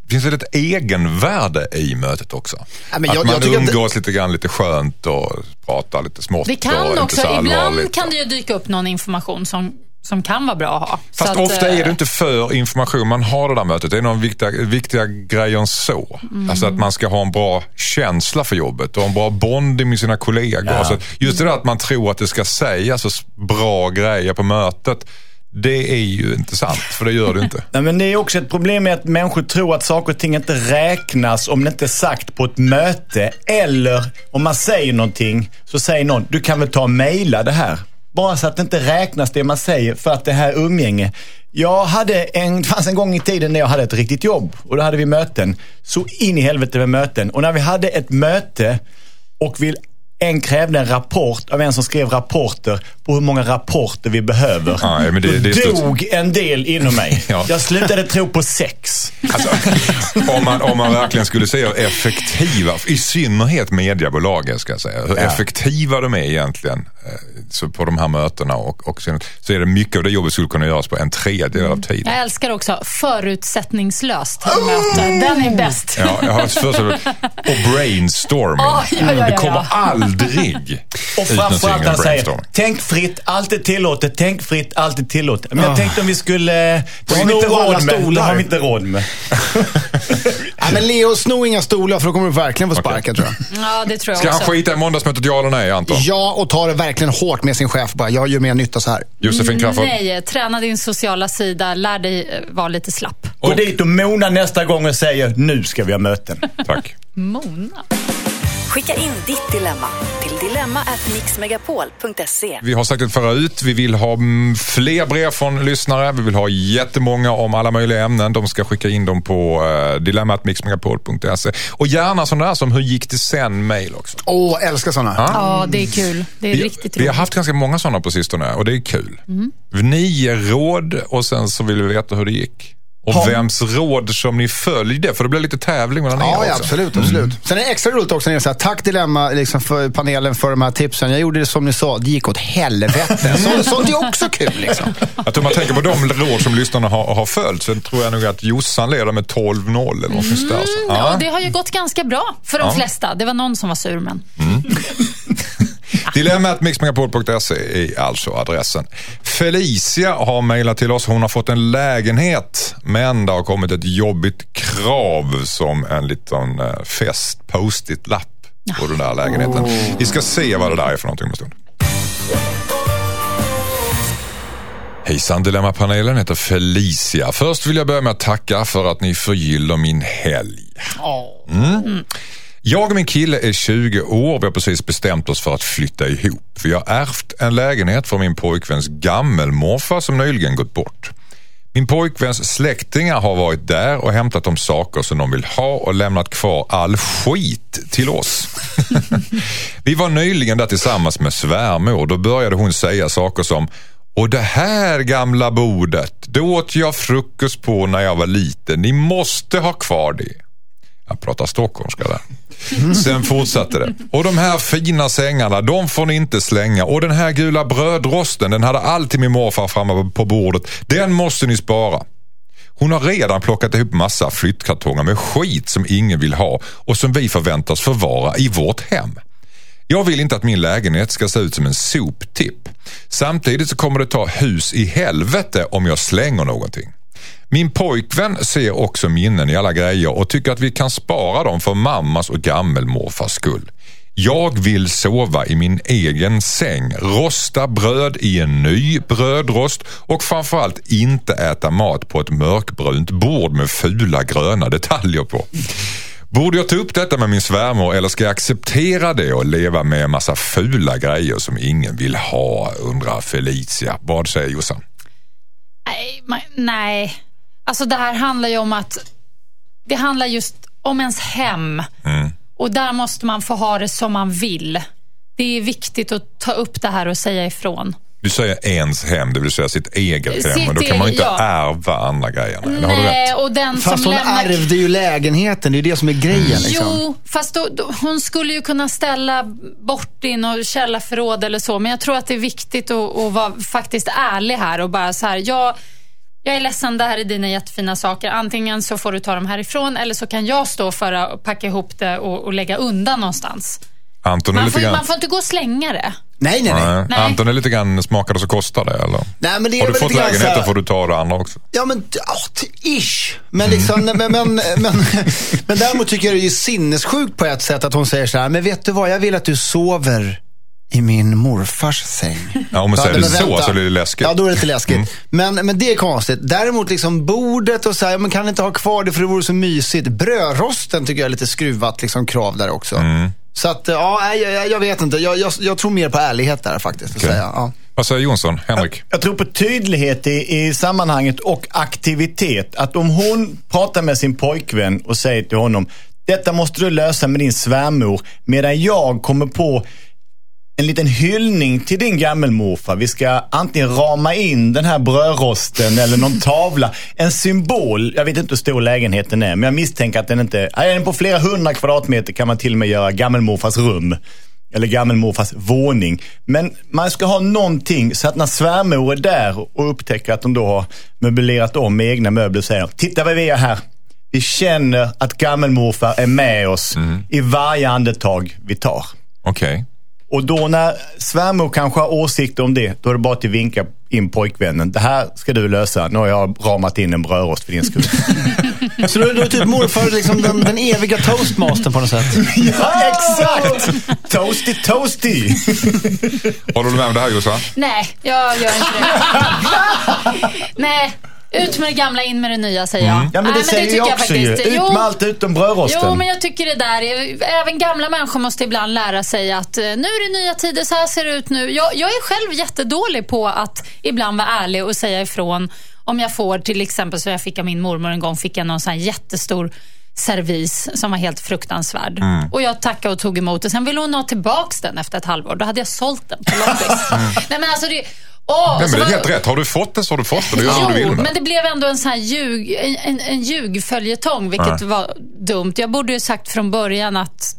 finns det ett egenvärde i mötet också. Ja, men att man umgås att lite grann, lite skönt och pratar lite smått. Det kan och också, inte ibland kan det ju dyka upp någon information som kan vara bra att ha. Fast så ofta är det inte för information man har det där mötet. Det är någon viktiga grejer än så. Alltså att man ska ha en bra känsla för jobbet och en bra bonding med sina kollegor. Ja. Så just det där att man tror att det ska sägas så bra grejer på mötet, det är ju inte sant, för det gör det inte. Nej, men det är också ett problem med att människor tror att saker och ting inte räknas om det inte är sagt på ett möte. Eller om man säger någonting så säger någon, du kan väl ta och mejla det här. Bara så att det inte räknas det man säger för att det här umgänge. Det fanns en gång i tiden när jag hade ett riktigt jobb och då hade vi möten. Så in i helvete med möten. Och när vi hade ett möte och en krävde en rapport av en som skrev rapporter på hur många rapporter vi behöver. Ja, men det dog en del inom mig. Ja. Jag slutade tro på sex. Alltså, om man verkligen skulle se hur effektiva, i synnerhet mediebolagen ska jag säga, hur effektiva de är egentligen så på de här mötena och så är det mycket av det jobbet skulle kunna göras på en tredjedel av tiden. Jag älskar också förutsättningslöst möte. Den är bäst. Ja, jag har först och brainstorming. Det kommer aldrig. Och framförallt han säger, tänk fritt, allt är tillåtet. Tänk fritt, allt är tillåtet. Men jag tänkte om vi skulle... Det har vi inte råd med. Ja, men Leo, sno inga stolar för då kommer du verkligen få sparken, tror jag. Ja, det tror jag Ska också. han skita i måndagsmötet, ja eller nej, Anton? Ja, och ta det verkligen hårt med sin chef. Bara, jag gör mer nytta så här. Josefin Crafoord. Nej, träna din sociala sida. Lär dig vara lite slapp. Gå dit och Mona nästa gång och säger, nu ska vi ha möten. Tack. Mona. Skicka in ditt dilemma till dilemma@mixmegapol.se. Vi har sagt det förut, vi vill ha fler brev från lyssnare. Vi vill ha jättemånga om alla möjliga ämnen. De ska skicka in dem på dilemma@mixmegapol.se. Och gärna sådana där som hur gick det sen mail också. Älskar sådana. Ja, det är kul. Det är riktigt roligt. Vi har haft ganska många sådana på sistone och det är kul. 9 råd och sen så vill vi veta hur det gick. Och vems råd som ni följde, för det blir lite tävling mellan er också. Ja, absolut. Sen är det extra roligt också när det är så här, tack Dilemma liksom för panelen för de här tipsen. Jag gjorde det som ni sa, det gick åt helvete. Sånt är också kul liksom. Att om man tänker på de råd som lyssnarna har följt, så tror jag nog att Jossan leder med 12-0 eller något där. Ja, det har ju gått ganska bra för de flesta. Det var någon som var sur, men... Dilemma@mixmegapol.se är alltså adressen. Felicia har mejlat till oss. Hon har fått en lägenhet, men det har kommit ett jobbigt krav som en liten fest post-it-lapp på den där lägenheten. Vi ska se vad det där är för någonting om en stund. Hejsan, Dilemma-panelen heter Felicia. Först vill jag börja med att tacka för att ni förgyller min helg. Jag och min kille är 20 år. Vi har precis bestämt oss för att flytta ihop. Vi har ärvt en lägenhet från min pojkväns gammelmorfar som nyligen gått bort. Min pojkväns släktingar har varit där och hämtat de saker som de vill ha och lämnat kvar all skit till oss. Vi var nyligen där tillsammans med svärmor. Då började hon säga saker som: och det här gamla bordet, då åt jag frukost på när jag var liten. Ni måste ha kvar det. Jag pratar stockholmska där. Sen fortsatte det. Och de här fina sängarna, de får ni inte slänga. Och den här gula brödrosten, den hade alltid min morfar framme på bordet. Den måste ni spara. Hon har redan plockat ihop massa flyttkartonger med skit som ingen vill ha och som vi förväntas förvara i vårt hem. Jag vill inte att min lägenhet ska se ut som en soptipp. Samtidigt så kommer det ta hus i helvete om jag slänger någonting. Min pojkvän ser också minnen i alla grejer och tycker att vi kan spara dem för mammas och gammelmorfars skull. Jag vill sova i min egen säng, rosta bröd i en ny brödrost och framförallt inte äta mat på ett mörkbrunt bord med fula gröna detaljer på. Borde jag ta upp detta med min svärmor eller ska jag acceptera det och leva med en massa fula grejer som ingen vill ha, undrar Felicia. Vad säger Jossan? Nej. Alltså det här handlar ju om att det handlar just om ens hem. Och där måste man få ha det som man vill. Det är viktigt att ta upp det här och säga ifrån. Du säger ens hem, det vill säga sitt eget hem. Men då kan man inte ärva andra grejer. Nej, och den fast som hon ärvde ju lägenheten, det är ju det som är grejen. Liksom. Jo, fast då, hon skulle ju kunna ställa bort in och källarförråd eller så. Men jag tror att det är viktigt att vara faktiskt ärlig här och bara så här, jag är ledsen, det här är dina jättefina saker. Antingen så får du ta dem härifrån eller så kan jag stå för att packa ihop det och lägga undan någonstans. Anton är Man får inte gå och slänga det. Nej. Anton är lite grann smakar så kostar det, eller? Nej, men det är har du väl fått lite grann lägenheten så här, får du ta det andra också. Ja, men ish. Men liksom, men däremot tycker jag det är ju sinnessjukt på ett sätt att hon säger så här, men vet du vad, jag vill att du sover i min morfars säng. Ja, om man säger det så blir det läskigt. Ja, då är det lite läskigt. Men det är konstigt. Däremot liksom bordet och så här, man kan inte ha kvar det för det vore så mysigt. Brödrosten tycker jag är lite skruvat liksom krav där också. Så att, ja, jag vet inte. Jag tror mer på ärlighet där faktiskt. Okay. Säga. Ja. Vad säger Jonsson? Henrik? Jag tror på tydlighet i sammanhanget och aktivitet. Att om hon pratar med sin pojkvän och säger till honom, detta måste du lösa med din svärmor, medan jag kommer på en liten hyllning till din gammelmorfar. Vi ska antingen rama in den här brödrosten eller någon tavla. En symbol. Jag vet inte hur stor lägenheten är, men jag misstänker att den inte... Är den på flera 100 kvadratmeter kan man till och med göra gammelmorfars rum. Eller gammelmorfars våning. Men man ska ha någonting så att när svärmor är där och upptäcker att de då har möblerat om med egna möbler och säger, titta vad vi är här. Vi känner att gammelmorfar är med oss i varje andetag vi tar. Okej. Och då när svärmor kanske har åsikter om det, då är det bara att vinka in pojkvännen. Det här ska du lösa. Nu har jag ramat in en brödrost för din skull. Så då är typ morfar liksom den eviga toastmastern på något sätt. Ja, exakt! Toasty. Håller du med om det här, Jossan? Nej, jag gör inte det. Nej. Ut med det gamla, in med det nya, säger jag. Ja, men det säger jag också ju. Ut med allt utom brödrosten. Jo, men jag tycker det där även gamla människor måste ibland lära sig att nu är det nya tider, så här ser det ut nu. Jag är själv jättedålig på att ibland vara ärlig och säga ifrån. Om jag får, till exempel, så jag fick av min mormor en gång, fick jag någon sån här jättestor servis som var helt fruktansvärd. Och jag tackade och tog emot det. Sen ville hon ha tillbaks den efter ett halvår. Då hade jag sålt den på loppis. Nej, men alltså det... Nej, men det är helt rätt. Har du fått det så har du fått det. Jo, men det blev ändå en sån här ljugföljetong, vilket var dumt. Jag borde ju sagt från början att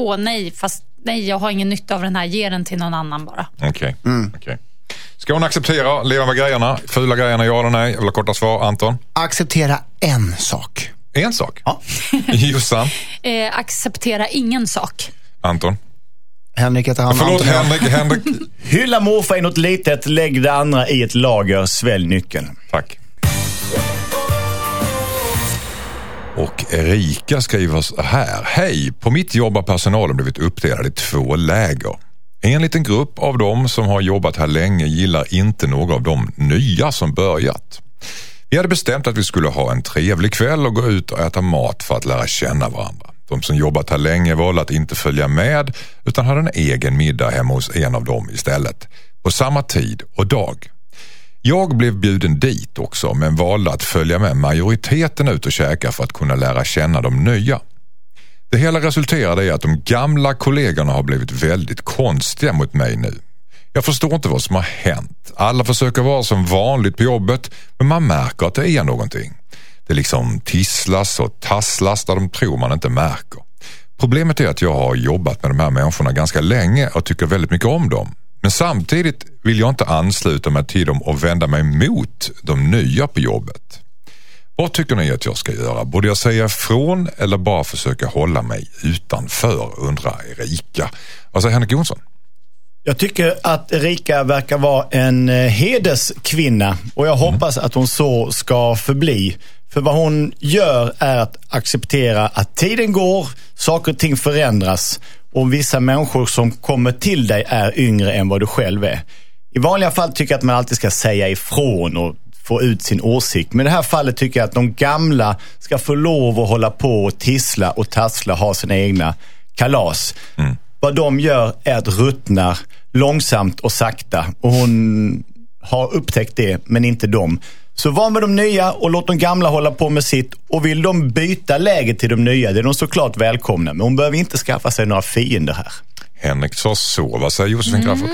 nej, jag har ingen nytta av den här, ge den till någon annan bara. Okej. Ska hon acceptera, leva med grejerna, fula grejerna, ja eller nej? Jag vill ha korta svar, Anton. Acceptera en sak. En sak? Ja. Jossan? Acceptera ingen sak. Anton? Henrik heter han. Förlåt, Henrik. Hylla morfar i något litet, lägg det andra i ett lager, svälj nyckeln. Tack. Och Erika skriver så här. Hej, på mitt jobb har personalen blivit uppdelad i 2 läger. En liten grupp av dem som har jobbat här länge gillar inte några av de nya som börjat. Vi hade bestämt att vi skulle ha en trevlig kväll och gå ut och äta mat för att lära känna varandra. De som jobbat här länge valde att inte följa med utan hade en egen middag hemma hos en av dem istället. På samma tid och dag. Jag blev bjuden dit också men valde att följa med majoriteten ut och käka för att kunna lära känna de nya. Det hela resulterade i att de gamla kollegorna har blivit väldigt konstiga mot mig nu. Jag förstår inte vad som har hänt. Alla försöker vara som vanligt på jobbet men man märker att det är någonting. Det liksom tisslas och tasslas där de tror man inte märker. Problemet är att jag har jobbat med de här människorna ganska länge och tycker väldigt mycket om dem. Men samtidigt vill jag inte ansluta mig till dem och vända mig mot de nya på jobbet. Vad tycker ni att jag ska göra? Borde jag säga ifrån eller bara försöka hålla mig utanför, undrar Erika. Vad säger Henrik Jonsson? Jag tycker att Erika verkar vara en hederskvinna och jag hoppas att hon så ska förbli. För vad hon gör är att acceptera att tiden går, saker och ting förändras och vissa människor som kommer till dig är yngre än vad du själv är. I vanliga fall tycker jag att man alltid ska säga ifrån och få ut sin åsikt. Men i det här fallet tycker jag att de gamla ska få lov att hålla på och tissla och tassla, ha sina egna kalas. Vad de gör är att ruttna långsamt och sakta. Och hon har upptäckt det, men inte de. Så var med de nya och låt de gamla hålla på med sitt. Och vill de byta läge till de nya, det är de såklart välkomna. Men hon behöver inte skaffa sig några fiender här. Henrik sa så. Vad säger Josefin Crafoord?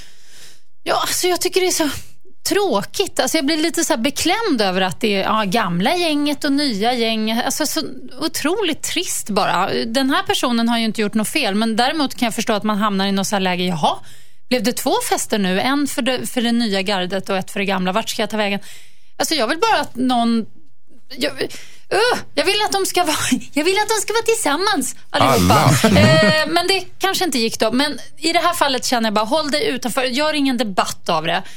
Ja, alltså jag tycker det är så tråkigt. Alltså jag blir lite så här beklämd över att det är gamla gänget och nya gäng. Alltså så otroligt trist bara. Den här personen har ju inte gjort något fel, men däremot kan jag förstå att man hamnar i något så här läge. Jaha, blev det 2 fester nu? En för det nya gardet och ett för det gamla. Vart ska jag ta vägen? Alltså jag vill bara att någon... Jag vill att de ska vara tillsammans allihopa. Men det kanske inte gick då. Men i det här fallet känner jag bara, håll dig utanför. Gör ingen debatt av det.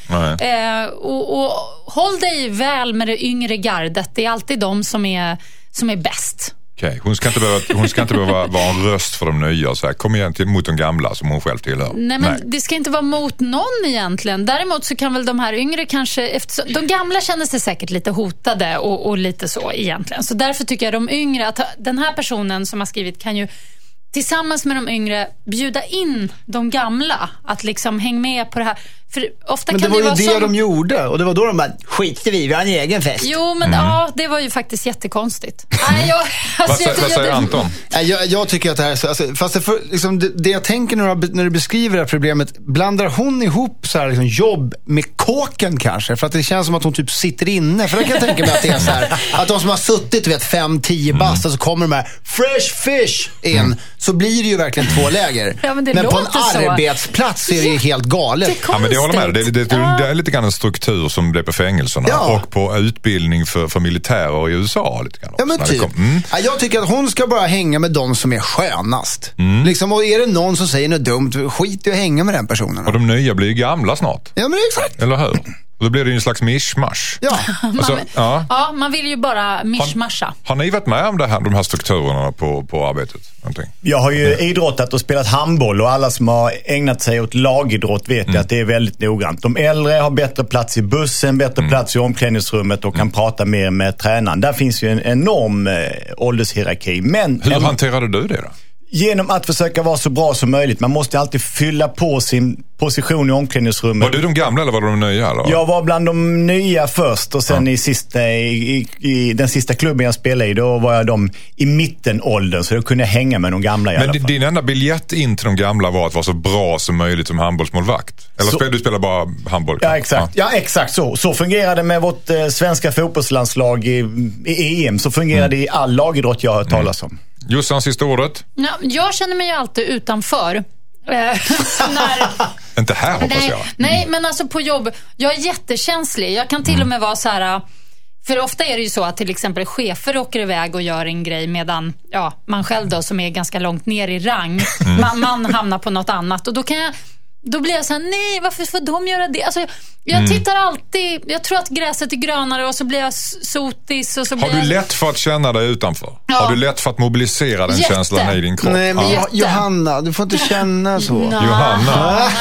Och håll dig väl med det yngre gardet. Det är alltid de som är bäst. Okay. Hon ska inte behöva vara en röst för de nya och så här, kom igen mot de gamla som hon själv tillhör. Nej, men det ska inte vara mot någon egentligen. Däremot så kan väl de här yngre kanske, de gamla känner sig säkert lite hotade och lite så egentligen. Så därför tycker jag de yngre, att den här personen som har skrivit kan ju tillsammans med de yngre bjuda in de gamla att liksom häng med på det här. För ofta men kan det var ju det som... de gjorde. Och det var då de bara, skiter vi har en egen fest. Jo, men ja, det var ju faktiskt jättekonstigt. Vad säger Anton? Jag tycker att det här är så, fast det jag tänker när du beskriver det här problemet, blandar hon ihop så här, liksom, jobb med kåken kanske? För att det känns som att hon typ sitter inne. För jag kan tänka mig att det är så här, att de som har suttit 5-10 bast, så kommer de här fresh fish in, så blir det ju verkligen två läger. Ja, men på en arbetsplats är det ju helt galet. Ja, men det håller med. Det är lite grann en struktur som det är på fängelserna och på utbildning för militärer i USA lite grann. Ja, men typ. Jag tycker att hon ska bara hänga med de som är skönast. Liksom, och är det någon som säger något dumt, skit i att hänga med den personen. Och de nya blir ju gamla snart. Ja, men exakt. Eller hur? Och då blir det ju en slags mishmash. Ja. Ja, man vill ju bara mishmasha. Har ni varit med om de här strukturerna på arbetet? Någonting? Jag har ju idrottat och spelat handboll, och alla som har ägnat sig åt lagidrott vet att det är väldigt noggrant. De äldre har bättre plats i bussen, bättre plats i omklädningsrummet och kan prata mer med tränaren. Där finns ju en enorm åldershierarki. Men hur hanterade du det då? Genom att försöka vara så bra som möjligt. Man måste alltid fylla på sin position i omklädningsrummet. Var du de gamla eller var du de nya? Eller? Jag var bland de nya först, och sen i den sista klubben jag spelade i, då var jag i mittenåldern, så jag kunde hänga med de gamla i alla fall. Men din enda biljett in till de gamla var att vara så bra som möjligt som handbollsmålvakt? Eller du spelar bara handboll? Ja, exakt. Ja, exakt så. Så fungerade med vårt svenska fotbollslandslag i EM. Så fungerade i all lagidrott jag har hört talas om. Jossans sista ordet? Ja, jag känner mig ju alltid utanför. Inte här hoppas jag. Nej, men alltså på jobb. Jag är jättekänslig. Jag kan till och med vara så här... För ofta är det ju så att till exempel chefer åker iväg och gör en grej, medan man själv då, som är ganska långt ner i rang, man hamnar på något annat. Och då blir jag så här, nej, varför får de göra det? Alltså, jag tittar alltid, jag tror att gräset är grönare, och så blir jag sotis. Och så har du lätt för att känna dig utanför? Ja. Har du lätt för att mobilisera den känslan i din kropp? Nej, men Johanna, du får inte känna så. Johanna.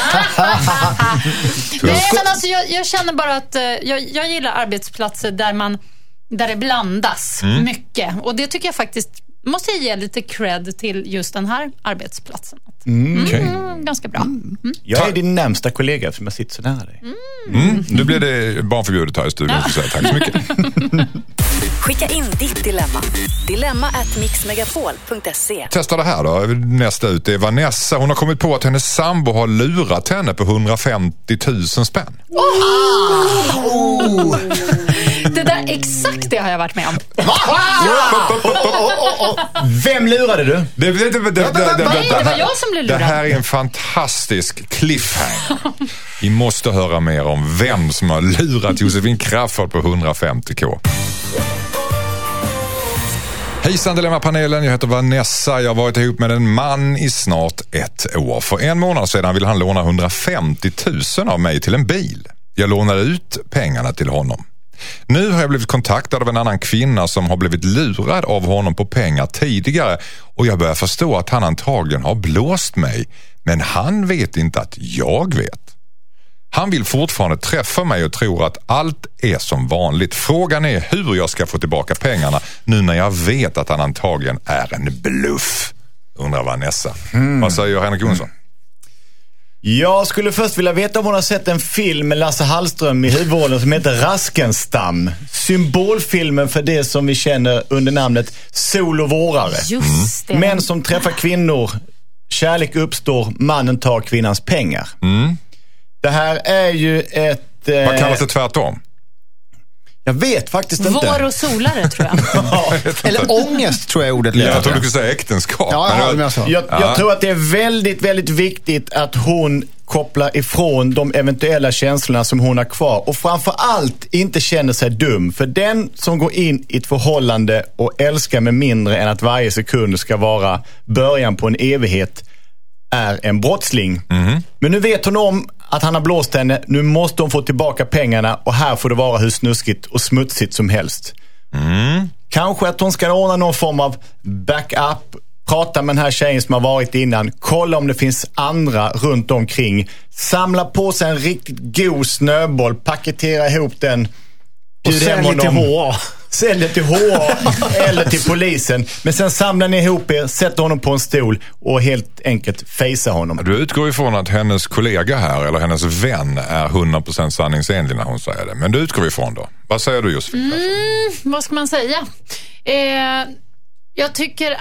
Nej, men alltså jag känner bara att jag gillar arbetsplatser där det blandas mycket. Och det tycker jag faktiskt, måste jag ge lite cred till just den här arbetsplatsen. Ganska bra. Jag är din närmsta kollega, för jag sitter så nära dig. Nu blir det barnförbjudet här i studion. Tack så mycket. Skicka in ditt dilemma. dilemma@mixmegapol.se. Testa det här då. Nästa ut är Vanessa. Hon har kommit på att hennes sambo har lurat henne på 150 000 spänn. Det där, exakt det har jag varit med om. Vem lurade du? Det var jag som blev lurad. Det här är en fantastisk cliffhanger. Vi måste höra mer om vem som har lurat Josefin Crafoord på 150 000. Hejsan Dilemma-panelen, jag heter Vanessa. Jag har varit ihop med en man i snart 1 år. För 1 månad sedan ville han låna 150 000 av mig till en bil. Jag lånade ut pengarna till honom. Nu har jag blivit kontaktad av en annan kvinna som har blivit lurad av honom på pengar tidigare, och jag börjar förstå att han antagligen har blåst mig, men han vet inte att jag vet. Han vill fortfarande träffa mig och tror att allt är som vanligt. Frågan är hur jag ska få tillbaka pengarna nu när jag vet att han antagligen är en bluff. Undrar Vanessa. Vad säger Henrik Jonsson? Jag skulle först vilja veta om hon har sett en film med Lasse Hallström i huvudrollen som heter Raskenstam. Symbolfilmen för det som vi känner under namnet Sol och vårare. Just det. Män som träffar kvinnor, kärlek uppstår, mannen tar kvinnans pengar. Det här är ju ett... Vad kallas det tvärtom? Jag vet faktiskt inte. Vår och solare, tror jag. Eller ångest, tror jag ordet. Jag tror du skulle säga äktenskap. Jag tror att det är väldigt, väldigt viktigt att hon kopplar ifrån de eventuella känslorna som hon har kvar. Och framförallt inte känner sig dum. För den som går in i ett förhållande och älskar med mindre än att varje sekund ska vara början på en evighet är en brottsling. Men nu vet hon om att han har blåst henne. Nu måste hon få tillbaka pengarna och här får det vara hur snuskigt och smutsigt som helst. Kanske att hon ska ordna någon form av backup, prata med den här tjejen som har varit innan, kolla om det finns andra runt omkring, samla på sig en riktigt god snöboll, paketera ihop den och sälja till HA. Säljer till HA eller till polisen. Men sen samlar ni ihop er, sätter honom på en stol och helt enkelt facear honom. Du utgår ifrån att hennes kollega här eller hennes vän är 100% sanningsenlig när hon säger det. Men du utgår ifrån då. Vad säger du, Josefin? Vad ska man säga? Jag tycker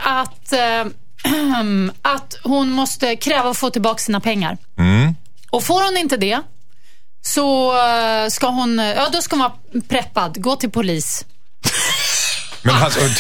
att hon måste kräva att få tillbaka sina pengar. Och får hon inte det så ska hon vara preppad, gå till polis. Men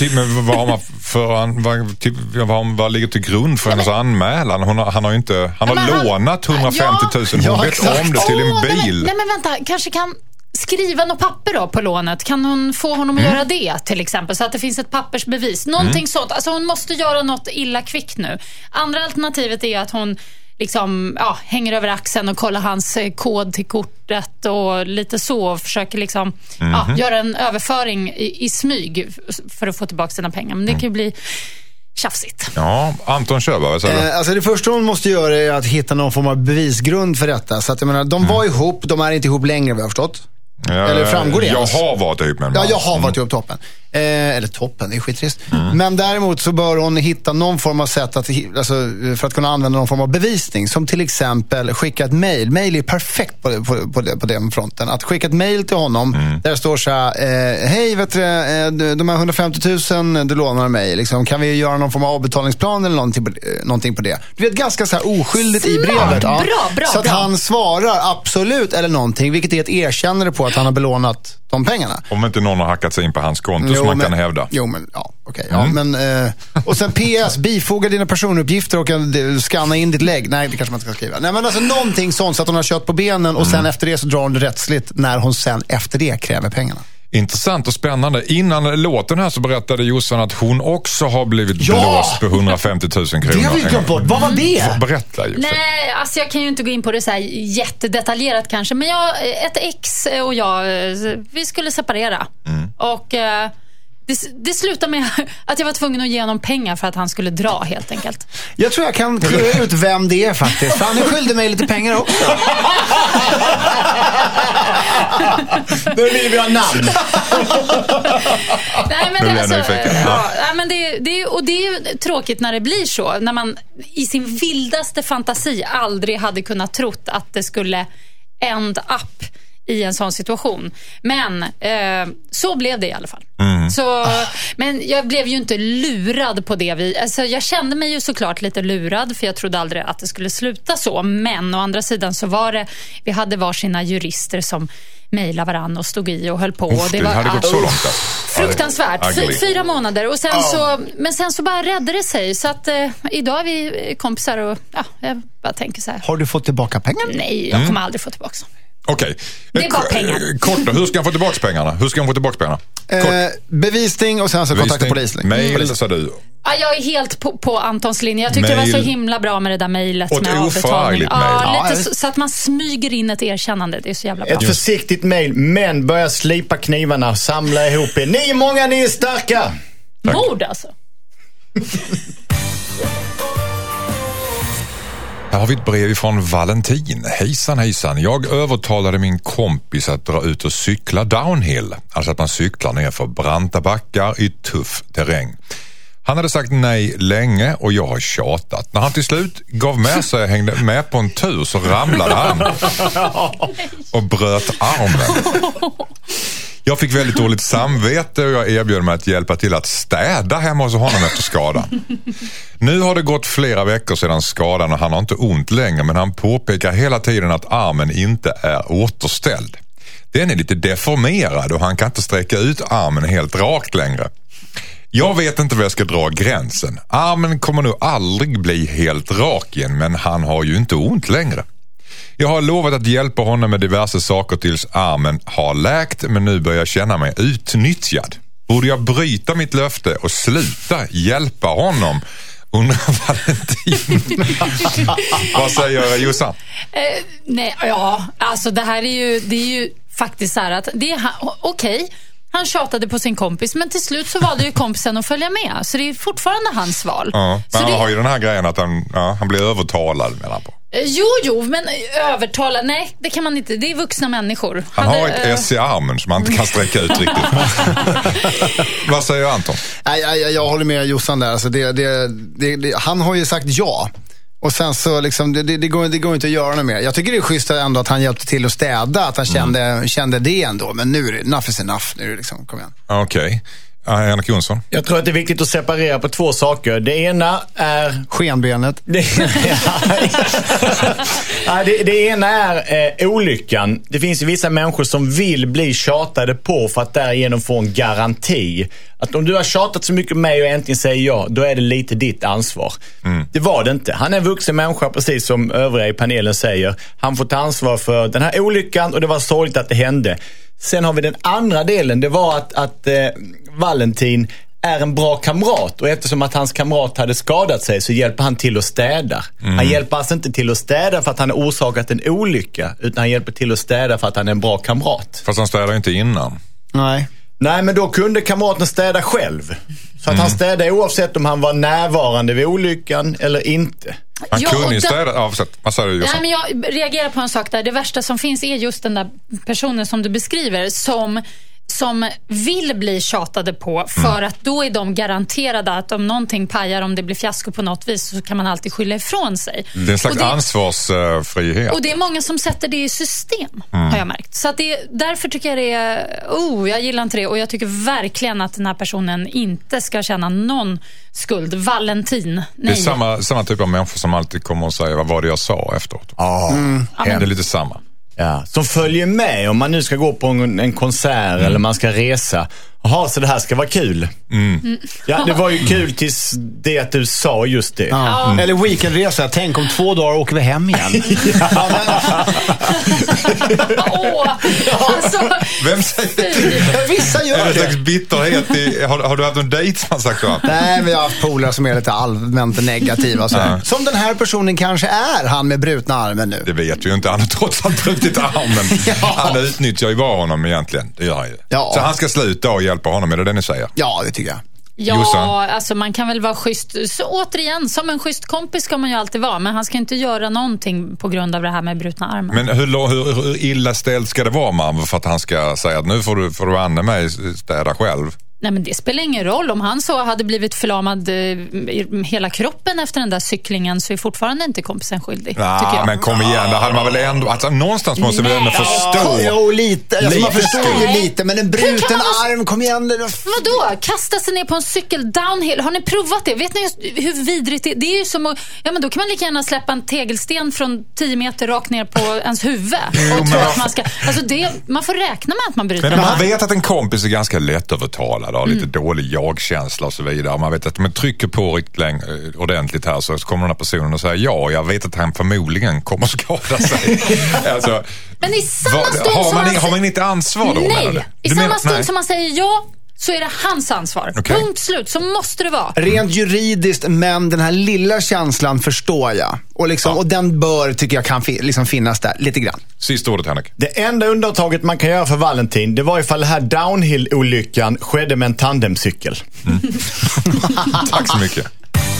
vad ligger till grund för hennes anmälan? Han har lånat 150 000. Hon vet om det till en bil. Nej men vänta, kanske kan skriva något papper då på lånet. Kan hon få honom att göra det till exempel, så att det finns ett pappersbevis? Någonting sånt. Alltså hon måste göra något illa kvickt nu. Andra alternativet är att hon liksom, hänger över axeln och kollar hans kod till kortet och lite så, och försöker liksom, göra en överföring i smyg för att få tillbaka sina pengar. Men det kan ju bli tjafsigt. Ja, Anton kör bara. Alltså det första hon måste göra är att hitta någon form av bevisgrund för detta. Så att jag menar, de var ihop, de är inte ihop längre, vad jag har förstått. Eller framgår det? Jag har varit ihop med en man. Ja, jag har varit ihop toppen. Eller toppen, det är skittrist. Men däremot så bör hon hitta någon form av sätt för att kunna använda någon form av bevisning. Som till exempel skicka ett mejl. Mejl är perfekt på den fronten. Att skicka ett mejl till honom där det står så här: hej, vet du, de här 150 000 du lånar mig. Liksom, kan vi göra någon form av avbetalningsplan eller någonting på det? Du vet, ganska så här oskyldigt i brevet. Ja. Bra. Så att han svarar absolut eller någonting, vilket är ett erkännande på att han har belånat de pengarna. Om inte någon har hackat sig in på hans konto som man kan hävda. Och sen PS, bifoga dina personuppgifter och scanna in ditt lägg. Nej, det kanske man inte ska skriva. Nej, men alltså någonting sånt så att hon har kött på benen och sen efter det så drar hon det rättsligt när hon sen efter det kräver pengarna. Intressant och spännande. Innan låten här så berättade Jossan att hon också har blivit blåst på 150 000 kronor. Det har vi glömt bort. Vad var det? Berätta, Jossan. Nej, alltså jag kan ju inte gå in på det så här jättedetaljerat kanske. Men ett ex och jag, vi skulle separera. Och det slutade med att jag var tvungen att ge honom pengar för att han skulle dra, helt enkelt. Jag tror jag kan klura ut vem det är faktiskt. För han skyllde mig lite pengar också. Nu vill vi ha namn. Nej, men det är ju tråkigt när det blir så. När man i sin vildaste fantasi aldrig hade kunnat trott att det skulle end up i en sån situation. Men så blev det i alla fall. Men jag blev ju inte lurad på det. Alltså, jag kände mig ju såklart lite lurad, för jag trodde aldrig att det skulle sluta så. Men å andra sidan så var det, vi hade varsina jurister som mejlade varann och stod i och höll på. Och det hade gått så långt. Fruktansvärt. 4 månader. Och sen så bara räddade det sig. Så att idag är vi kompisar och jag bara tänker så här. Har du fått tillbaka pengar? Nej, jag kommer aldrig få tillbaka. Okej. Det är bara pengar. Kort, hur ska han få tillbaka pengarna? Bevisning och sen så kontakta polisen. Mail, sa du. Ja, jag är helt på Antons linje. Jag tyckte det var så himla bra med det där mejlet med avbetalning. Lite så att man smyger in ett erkännande. Det är så jävla bra. Ett försiktigt mejl, men börja slipa knivarna, samla ihop er. Ni är många, ni är starka. Mord alltså. Här har vi ett brev från Valentin. Hejsan. Jag övertalade min kompis att dra ut och cykla downhill. Alltså att man cyklar ner för branta backar i tuff terräng. Han hade sagt nej länge och jag har tjatat. När han till slut gav med sig och hängde med på en tur så ramlade han och bröt armen. Jag fick väldigt dåligt samvete och jag erbjöd mig att hjälpa till att städa hemma hos honom efter skadan. Nu har det gått flera veckor sedan skadan och han har inte ont längre, men han påpekar hela tiden att armen inte är återställd. Den är lite deformerad och han kan inte sträcka ut armen helt rakt längre. Jag vet inte var jag ska dra gränsen. Armen kommer nog aldrig bli helt rak igen, men han har ju inte ont längre. Jag har lovat att hjälpa honom med diverse saker tills armen har läkt, men nu börjar jag känna mig utnyttjad. Borde jag bryta mitt löfte och sluta hjälpa honom? Undrar Valentin. Vad säger Jossan? Nej, ja, alltså det här är ju faktiskt så här att det är okej. Han tjatade på sin kompis, men till slut så valde ju kompisen att följa med. Så det är fortfarande hans val. Ja, men han har ju den här grejen att han blir övertalad menar på. Jo, men övertala, nej, det kan man inte. Det är vuxna människor. Han har ett S i armen som man inte kan sträcka ut riktigt. Vad säger Anton? Jag håller med Jossan där. Alltså han har ju sagt ja. Och sen så liksom, det går inte att göra något mer. Jag tycker det är schysst ändå att han hjälpte till att städa. Att han kände det ändå. Men nu är det enough is enough. Nu är det liksom, kom igen. Okej. Henrik Jonsson. Jag tror att det är viktigt att separera på två saker. Det ena är... Skenbenet. Det ena är olyckan. Det finns ju vissa människor som vill bli tjatade på för att därigenom få en garanti. Att om du har tjatat så mycket med mig och äntligen säger ja, då är det lite ditt ansvar. Det var det inte. Han är en vuxen människa, precis som övriga i panelen säger. Han får ta ansvar för den här olyckan och det var sorgligt att det hände. Sen har vi den andra delen. Det var att Valentin är en bra kamrat. Och eftersom att hans kamrat hade skadat sig så hjälper han till att städa. Han hjälper alltså inte till att städa för att han har orsakat en olycka. Utan han hjälper till att städa för att han är en bra kamrat. Fast han städar inte innan. Nej, men då kunde kamraten städa själv. Så att han städade oavsett om han var närvarande vid olyckan eller inte. Han kunde ju städa avsett. Vad sa du? Nej, men jag reagerar på en sak där. Det värsta som finns är just den där personen som du beskriver som vill bli tjatade på för att då är de garanterade att om någonting pajar, om det blir fiasko på något vis, så kan man alltid skylla ifrån sig. Det är en slags ansvarsfrihet. Och det är många som sätter det i system, har jag märkt. Så att därför tycker jag det är... jag gillar inte det. Och jag tycker verkligen att den här personen inte ska känna någon skuld. Valentin, nej. Det är samma typ av människor som alltid kommer och säger vad var det jag sa efteråt. Det är lite samma. Ja, som följer med om man nu ska gå på en konsert eller man ska resa. Jaha, så det här ska vara kul. Ja, det var ju kul tills det att du sa just det. Eller weekendresa. Tänk om 2 dagar åker vi hem igen. Vem säger det? Vissa gör det. Är det en det. slags bitterhet? Har du haft någon dejt som har sagt så? Nej, men jag har haft polare som är lite allmänt negativa. Som den här personen kanske är, han med brutna armen nu. Det vet vi ju inte. Han har trots allt brutit armen. Han utnyttjar ju bara honom egentligen. Det gör han ju. Så han ska sluta och hjälpa honom, är det ni säger? Ja, det tycker jag. Ja, alltså man kan väl vara schysst. Så återigen, som en schysst kompis ska man ju alltid vara. Men han ska inte göra någonting på grund av det här med brutna armar. Men hur illa ställt ska det vara, man, för att han ska säga att nu får du använda mig städa själv? Nej, men det spelar ingen roll. Om han så hade blivit förlamad hela kroppen efter den där cyklingen, så är fortfarande inte kompisen skyldig, tycker jag. Men kom igen, det hade man väl ändå... Alltså, någonstans måste vi ändå förstå. Jo, lite. Alltså, man förstår ju lite, men en bruten arm, kom igen. Vadå? Kasta sig ner på en cykel downhill. Har ni provat det? Vet ni hur vidrigt det är? Det är ju som att... Ja, men då kan man lika gärna släppa en tegelsten från 10 meter rakt ner på ens huvud. Och tro att man ska... Alltså man får räkna med att man bryter. Men man vet att en kompis är ganska lättövertalad. Lite dålig jagkänsla och så vidare. Man vet att om man trycker på ordentligt här så kommer den här personen och säger jag vet att han förmodligen kommer skada sig. Alltså, men i samma stund har man inte ansvar då? Nej, i samma stund som man säger ja, så är det hans ansvar. Okay. Punkt slut, så måste det vara. Rent juridiskt, men den här lilla känslan förstår jag. Och den bör, tycker jag, kan finnas där lite grann. Sista ordet, Henrik. Det enda undantaget man kan göra för Valentin, det var ifall den här downhill-olyckan skedde med en tandemcykel. Tack så mycket.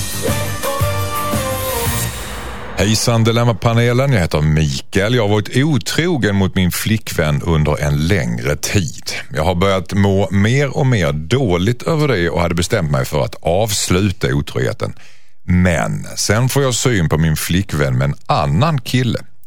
Hejsan Dilemma-panelen, jag heter Mikael. Jag har varit otrogen mot min flickvän under en längre tid. Jag har börjat må mer och mer dåligt över det och hade bestämt mig för att avsluta otroheten. Men sen får jag syn på min flickvän med en annan kille.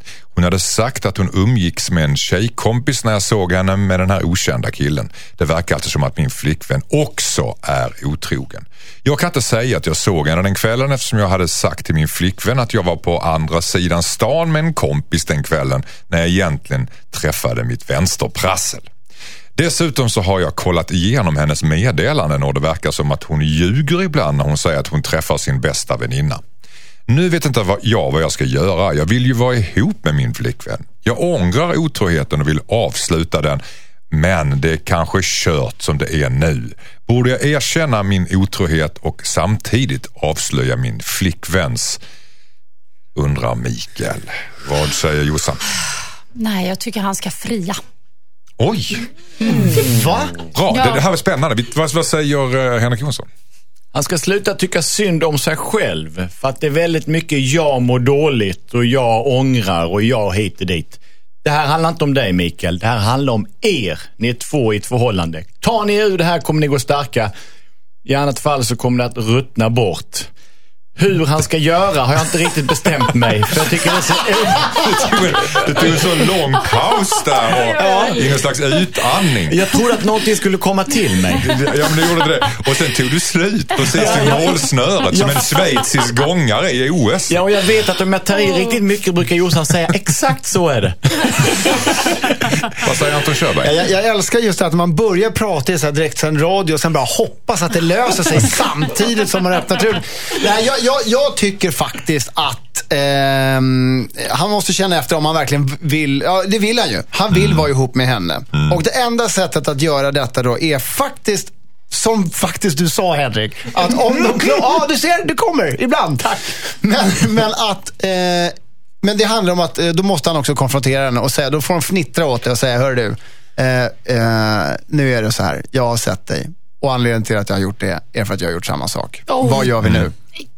Hon hade sagt att hon umgicks med en tjejkompis när jag såg henne med den här okända killen. Det verkar alltså som att min flickvän också är otrogen. Jag kan inte säga att jag såg henne den kvällen eftersom jag hade sagt till min flickvän att jag var på andra sidan stan med en kompis den kvällen när jag egentligen träffade mitt vänsterprassel. Dessutom så har jag kollat igenom hennes meddelanden och det verkar som att hon ljuger ibland när hon säger att hon träffar sin bästa väninna. Nu vet inte vad jag ska göra. Jag vill ju vara ihop med min flickvän. Jag ångrar otroheten och vill avsluta den. Men det är kanske kört som det är nu. Borde jag erkänna min otrohet och samtidigt avslöja min flickväns? Undrar Mikael. Vad säger Jossan? Nej, jag tycker han ska fria. Oj! Va? Bra, Ja. det här är spännande. Vad säger Henrik Jonsson? Han ska sluta tycka synd om sig själv. För att det är väldigt mycket jag mår dåligt och jag ångrar och jag hit och dit. Det här handlar inte om dig, Mikael. Det här handlar om er. Ni är två i ett förhållande. Tar ni ur det här kommer ni gå starka. I annat fall så kommer det att ruttna bort. Hur han ska göra har jag inte riktigt bestämt mig. För jag tycker det är så... Det tog en så lång paus där och ingen slags utandning. Jag trodde att någonting skulle komma till mig. Ja, men det gjorde det. Och sen tog du slut precis i målsnöret som en schweizisk gångare i OS. Ja, och jag vet att om jag tar i riktigt mycket brukar Jossan säga exakt så är det. Vad säger Anton Körberg? Jag älskar just det att man börjar prata i så här direkt sen radio och sen bara hoppas att det löser sig samtidigt som man öppnar turen. Nej, jag tycker faktiskt att han måste känna efter om han verkligen vill. Ja, det vill han ju. Han vill vara ihop med henne. Och det enda sättet att göra detta då är faktiskt, som faktiskt du sa, Henrik, att om de du ser, det kommer ibland. Tack. Men det handlar om att då måste han också konfrontera henne och säga, då får de fnittra åt det och säga, hör du, nu är det så här, jag har sett dig och anledningen till att jag har gjort det är för att jag har gjort samma sak. Vad gör vi nu?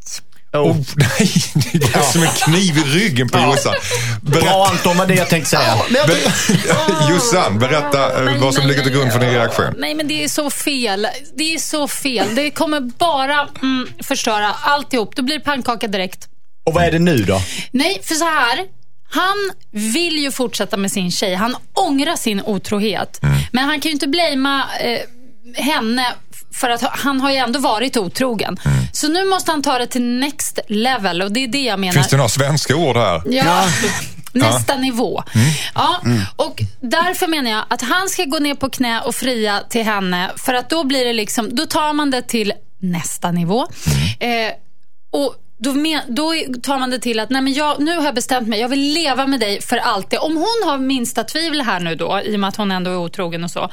Nej, det är som en kniv i ryggen på Jossan. Bra, Anton, vad det jag tänkte säga. Jossan, berätta vad som ligger till grund för din reaktion. Nej, men det är så fel. Det är så fel. Det kommer bara förstöra alltihop. Då blir det pannkaka direkt. Och vad är det nu då? Nej, för så här. Han vill ju fortsätta med sin tjej. Han ångrar sin otrohet. Men han kan ju inte blamea henne för att han har ju ändå varit otrogen. Så nu måste han ta det till next level. Och det är det jag menar. Finns det några svenska ord här? Ja. Nästa nivå. Ja, och därför menar jag att han ska gå ner på knä och fria till henne. För att då blir det liksom, då tar man det till nästa nivå. Och då tar man det till att nej, men nu har jag bestämt mig, jag vill leva med dig för alltid. Om hon har minsta tvivel här nu då, i och med att hon ändå är otrogen och så,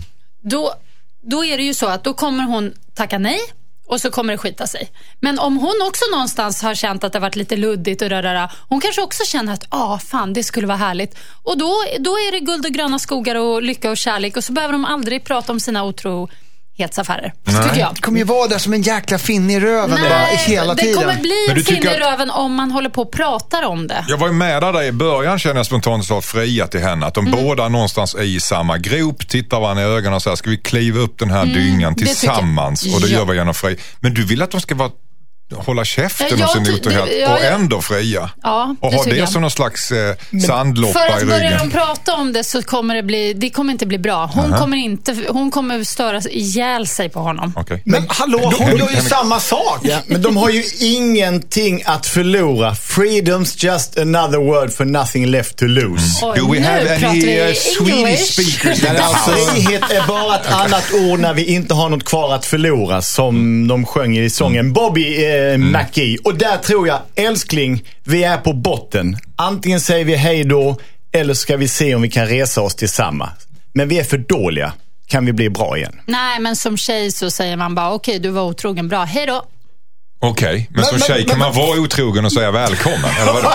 då är det ju så att då kommer hon tacka nej och så kommer det skita sig. Men om hon också någonstans har känt att det har varit lite luddigt och hon kanske också känner att fan, det skulle vara härligt. Och då är det guld och gröna skogar och lycka och kärlek, och så behöver de aldrig prata om sina otrohetsaffärer, tycker jag. Det kommer ju vara där som en jäkla finne i röven hela tiden. Det kommer bli en finne i röven om man håller på och pratar om det. Jag var ju med där i början, känner jag spontant så fria till henne. Att de båda någonstans är i samma grop, tittar varandra i ögonen och säger, ska vi kliva upp den här dyngan tillsammans? Och det gör vi genom fri. Men du vill att de ska hålla käften och sin otrohet och ändå fria. Ja, och ha det som någon slags sandloppa för att i börjar ryggen. de prata om det så kommer det kommer inte bli bra. Hon kommer störa ihjäl sig på honom. Okay. Men hallå, hon gör ju samma sak. Ja, men de har ju ingenting att förlora. Freedom's just another word for nothing left to lose. Do we have any Swedish speakers? Frihet är bara ett annat ord när vi inte har något kvar att förlora, som de sjöng i sången Bobby McGee. Och där tror jag, älskling, vi är på botten. Antingen säger vi hej då, eller ska vi se om vi kan resa oss tillsammans. Men vi är för dåliga. Kan vi bli bra igen? Nej, men som tjej så säger man bara, okej, du var otrogen, bra, hej då. Okej, men som tjej kan man vara otrogen och säga välkommen, eller vadå?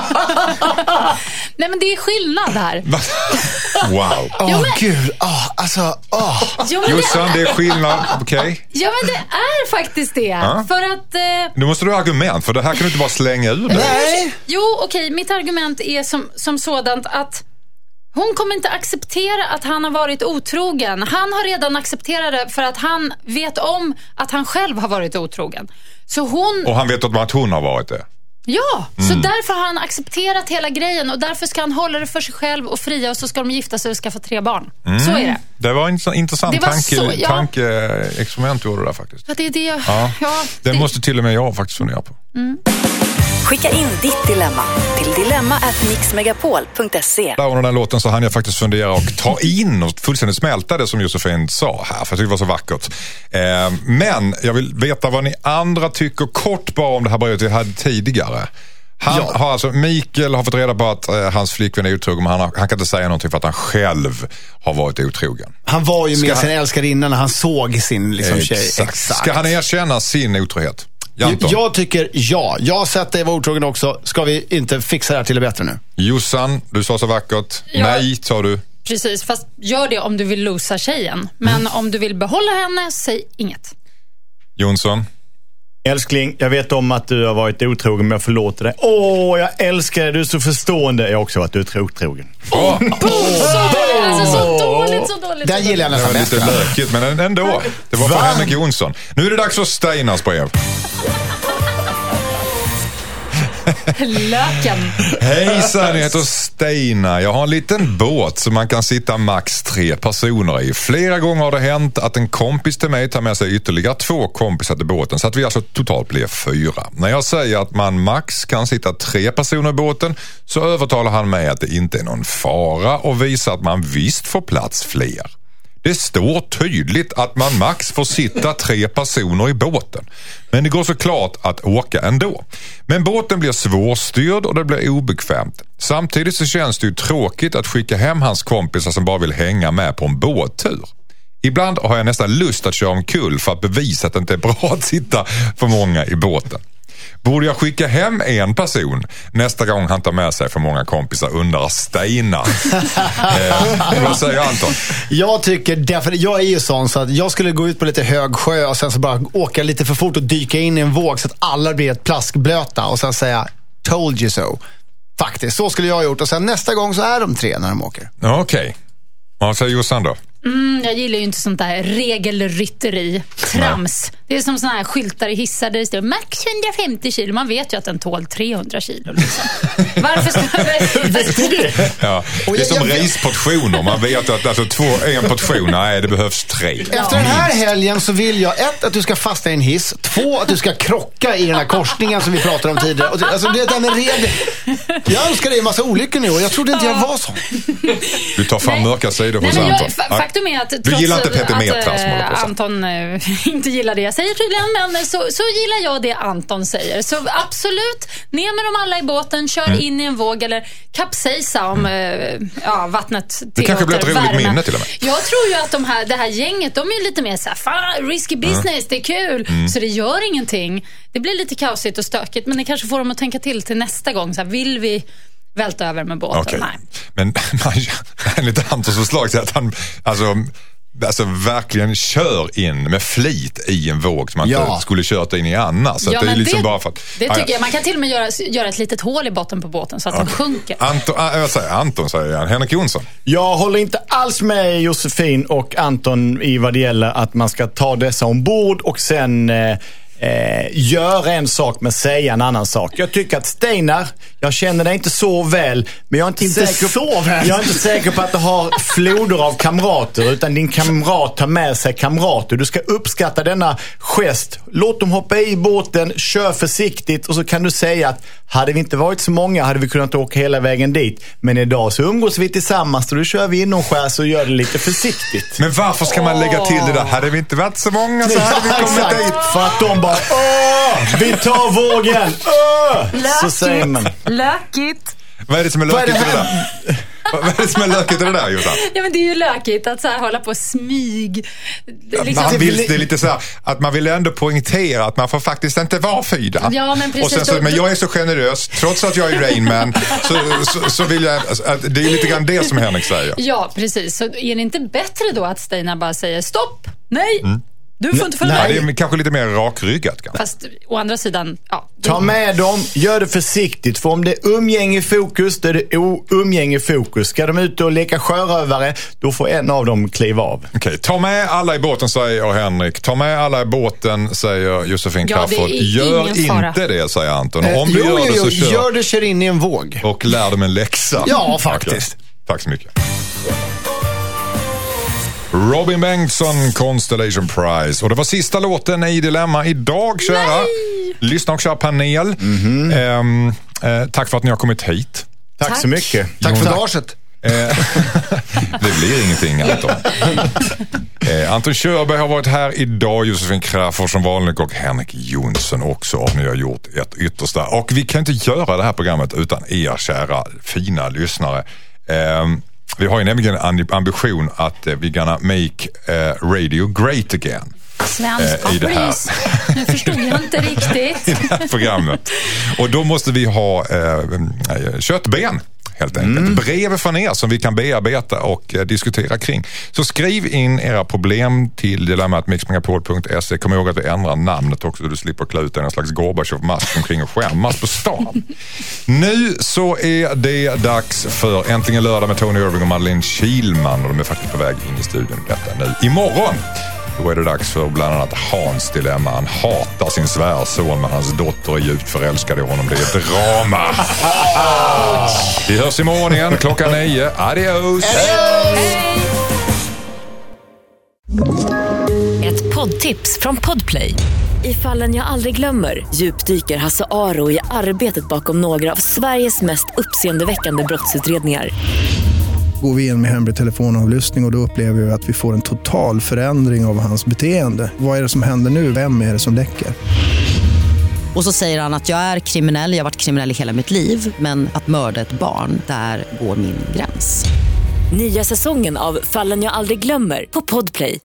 Nej, men det är skillnad här. Wow. Gud. Jossan, det är skillnad, okej? Ja, men det är faktiskt det. För att... Nu måste du ha argument, för det här kan du inte bara slänga ur dig. Nej. Jo, okej, mitt argument är som sådant att hon kommer inte acceptera att han har varit otrogen. Han har redan accepterat det för att han vet om att han själv har varit otrogen. Så hon... Och han vet att hon har varit det. Ja, så därför har han accepterat hela grejen och därför ska han hålla det för sig själv och fria och så ska de gifta sig och skaffa 3 barn. Så är det. Det var en intressant tankeexperiment du gjorde där faktiskt. Ja, det är det. Det måste till och med jag faktiskt fundera på. Skicka in ditt dilemma till dilemma@mixmegapol.se. Där under den låten så hann jag faktiskt fundera och ta in och fullständigt smälta det som Josefin sa här, för jag tycker det var så vackert. Men jag vill veta vad ni andra tycker kort bara om det här brevet jag hade tidigare. Mikael har fått reda på att hans flickvän är otrogen, men han kan inte säga någonting för att han själv har varit otrogen. Han var ju med sin älskarinna när han såg sin tjej. Exakt. Ska han erkänna sin otrohet? Jag tycker jag har sett dig vara otrogen också. Ska vi inte fixa det här till det bättre nu? Jossan, du sa så vackert. Nej, sa du. Precis, fast gör det om du vill losa tjejen. Men om du vill behålla henne, säg inget. Jonsson. Älskling, jag vet om att du har varit otrogen, men jag förlåter dig. Jag älskar dig, du är så förstående. Jag har också varit otrogen. Så dåligt. Den gillar jag nästan bäst. Lite lökigt, men ändå. Det var för Henrik Jonsson. Nu är det dags för Steinars brev. Löken. Hejsan, jag heter Steinar. Jag har en liten båt som man kan sitta max 3 personer i. Flera gånger har det hänt att en kompis till mig tar med sig ytterligare 2 kompisar till båten, så att vi alltså totalt blir 4. När jag säger att man max kan sitta 3 personer i båten så övertalar han mig att det inte är någon fara och visar att man visst får plats fler. Det står tydligt att man max får sitta 3 personer i båten. Men det går såklart att åka ändå. Men båten blir svårstyrd och det blir obekvämt. Samtidigt så känns det ju tråkigt att skicka hem hans kompisar som bara vill hänga med på en båttur. Ibland har jag nästan lust att köra omkull för att bevisa att det inte är bra att sitta för många i båten. Borde jag skicka hem en person nästa gång han tar med sig för många kompisar, undrar Steinar. Vad säger Anton? Jag tycker därför, jag är ju sån så att jag skulle gå ut på lite hög sjö och sen så bara åka lite för fort och dyka in i en våg så att alla blir ett plaskblöta och sen säga told you so. Faktiskt, så skulle jag ha gjort och sen nästa gång så är de 3 när de åker. Okej. Vad säger Jossan då? Jag gillar ju inte sånt där regelrytteri, trams. Nej. Det är som såna här skyltar i hissar där det står max 150 kilo. Man vet ju att den tål 300 kilo. Liksom. Varför ska det? Ja. Det är som risportioner. Man vet att en portion, nej, det behövs 3. Efter den här helgen så vill jag 1, att du ska fasta i en hiss. 2, att du ska krocka i den här korsningen som vi pratade om tidigare. Alltså det där med regler. Jag önskar dig en massa olyckor nu och jag trodde inte jag var sån. Du tar fram mörka sidor hos Anton. Faktum är att du gillar inte Peter Metras, Anton inte gillar det jag säger tydligen, men så gillar jag det Anton säger. Så absolut, ner med dem alla i båten, kör in i en våg eller kapsejsa om vattnet tillåter. Det kanske blir ett roligt minne till och med. Jag tror ju att det här gänget, de är lite mer så här, risky business, det är kul. Så det gör ingenting. Det blir lite kaosigt och stökigt, men det kanske får dem att tänka till nästa gång. Så här, vill vi välta över med båten? Okay. Nej. Men enligt Antons förslag så att han alltså verkligen kör in med flit i en våg som man inte skulle kört in i annars. Så det är liksom bara för att, det tycker jag. Man kan till och med göra ett litet hål i botten på båten så att den sjunker. Anton säger han. Henrik Jonsson. Jag håller inte alls med Josefin och Anton i vad det gäller att man ska ta dessa ombord och sen göra en sak men säga en annan sak. Jag tycker att Steinar, jag känner dig inte så väl, men jag är inte säker på att du har floder av kamrater, utan din kamrat tar med sig kamrater. Du ska uppskatta denna gest. Låt dem hoppa i båten, kör försiktigt och så kan du säga att hade vi inte varit så många hade vi kunnat åka hela vägen dit, men idag så umgås vi tillsammans och då kör vi inomskärs och gör det lite försiktigt. Men varför ska man lägga till det där? Hade vi inte varit så många så hade vi kommit dit. För att de bara vi tar vågen. Så säger man. Lökigt. Vad är det som är lökigt i det där? Vad är det som är lökigt i det där, Jutta? Ja, men det är ju lökigt att så här hålla på och smyg. Det är lite så här att man vill ändå poängtera att man får faktiskt inte vara fyra. Ja, men precis. Och sen men jag är så generös, trots att jag är Rain Man, så vill jag, det är lite grann det som Henrik säger. Ja, precis. Så är det inte bättre då att Steinar bara säger stopp, nej, Du får inte följa Ja, med. det är kanske lite mer rakryggat. Fast å andra sidan, ja. Ta med dem, gör det försiktigt. För om det är umgänge i fokus, då är det umgänge i fokus. Ska de ut och leka sjörövare, då får en av dem kliva av. Okej, ta med alla i båten, säger Henrik. Ta med alla i båten, säger Josefin Crafoord. Gör inte det, säger Anton. Om du gör det så gör det, kör in i en våg. Och lär dem en läxa. Ja, faktiskt. Okay. Tack så mycket. Robin Bengtsson, Constellation Prize. Och det var sista låten i Dilemma idag, kära lyssna och kära panel. Tack för att ni har kommit hit. Tack så mycket. Tack för gaget. Det blir ingenting, Anton. Anton Körberg har varit här idag, Josefin Crafoord som vanligt och Henrik Jonsson också. Ni har gjort ert yttersta. Och vi kan inte göra det här programmet utan er kära fina lyssnare. Vi har ju nämligen en ambition att vi gonna make radio great again. Svenska, i det här. Nu förstod jag inte riktigt. I det här programmet. Och då måste vi ha köttben. Helt enkelt. Brev från er som vi kan bearbeta och diskutera kring. Så skriv in era problem till dilemma@mixmegapol.se. Kom ihåg att vi ändrar namnet också så du slipper klä ut en slags Gorbachev-mask omkring och skämmas på stan. Nu så är det dags för Äntligen lördag med Tony Irving och Madeleine Kilman och de är faktiskt på väg in i studion detta nu. Imorgon då är det dags för bland annat Hans dilemma. Han hatar sin svärson men hans dotter är djupt förälskad i honom. Det är drama. Vi hörs imorgon igen 9:00. Adios! Ett poddtips från Podplay. I Fallen jag aldrig glömmer djupdyker Hasse Aro i arbetet bakom några av Sveriges mest uppseendeväckande brottsutredningar. Går vi in med hemlig telefonavlyssning och då upplever vi att vi får en total förändring av hans beteende. Vad är det som händer nu? Vem är det som läcker? Och så säger han att jag är kriminell, jag har varit kriminell i hela mitt liv. Men att mörda ett barn, där går min gräns. Nya säsongen av Fallen jag aldrig glömmer på Podplay.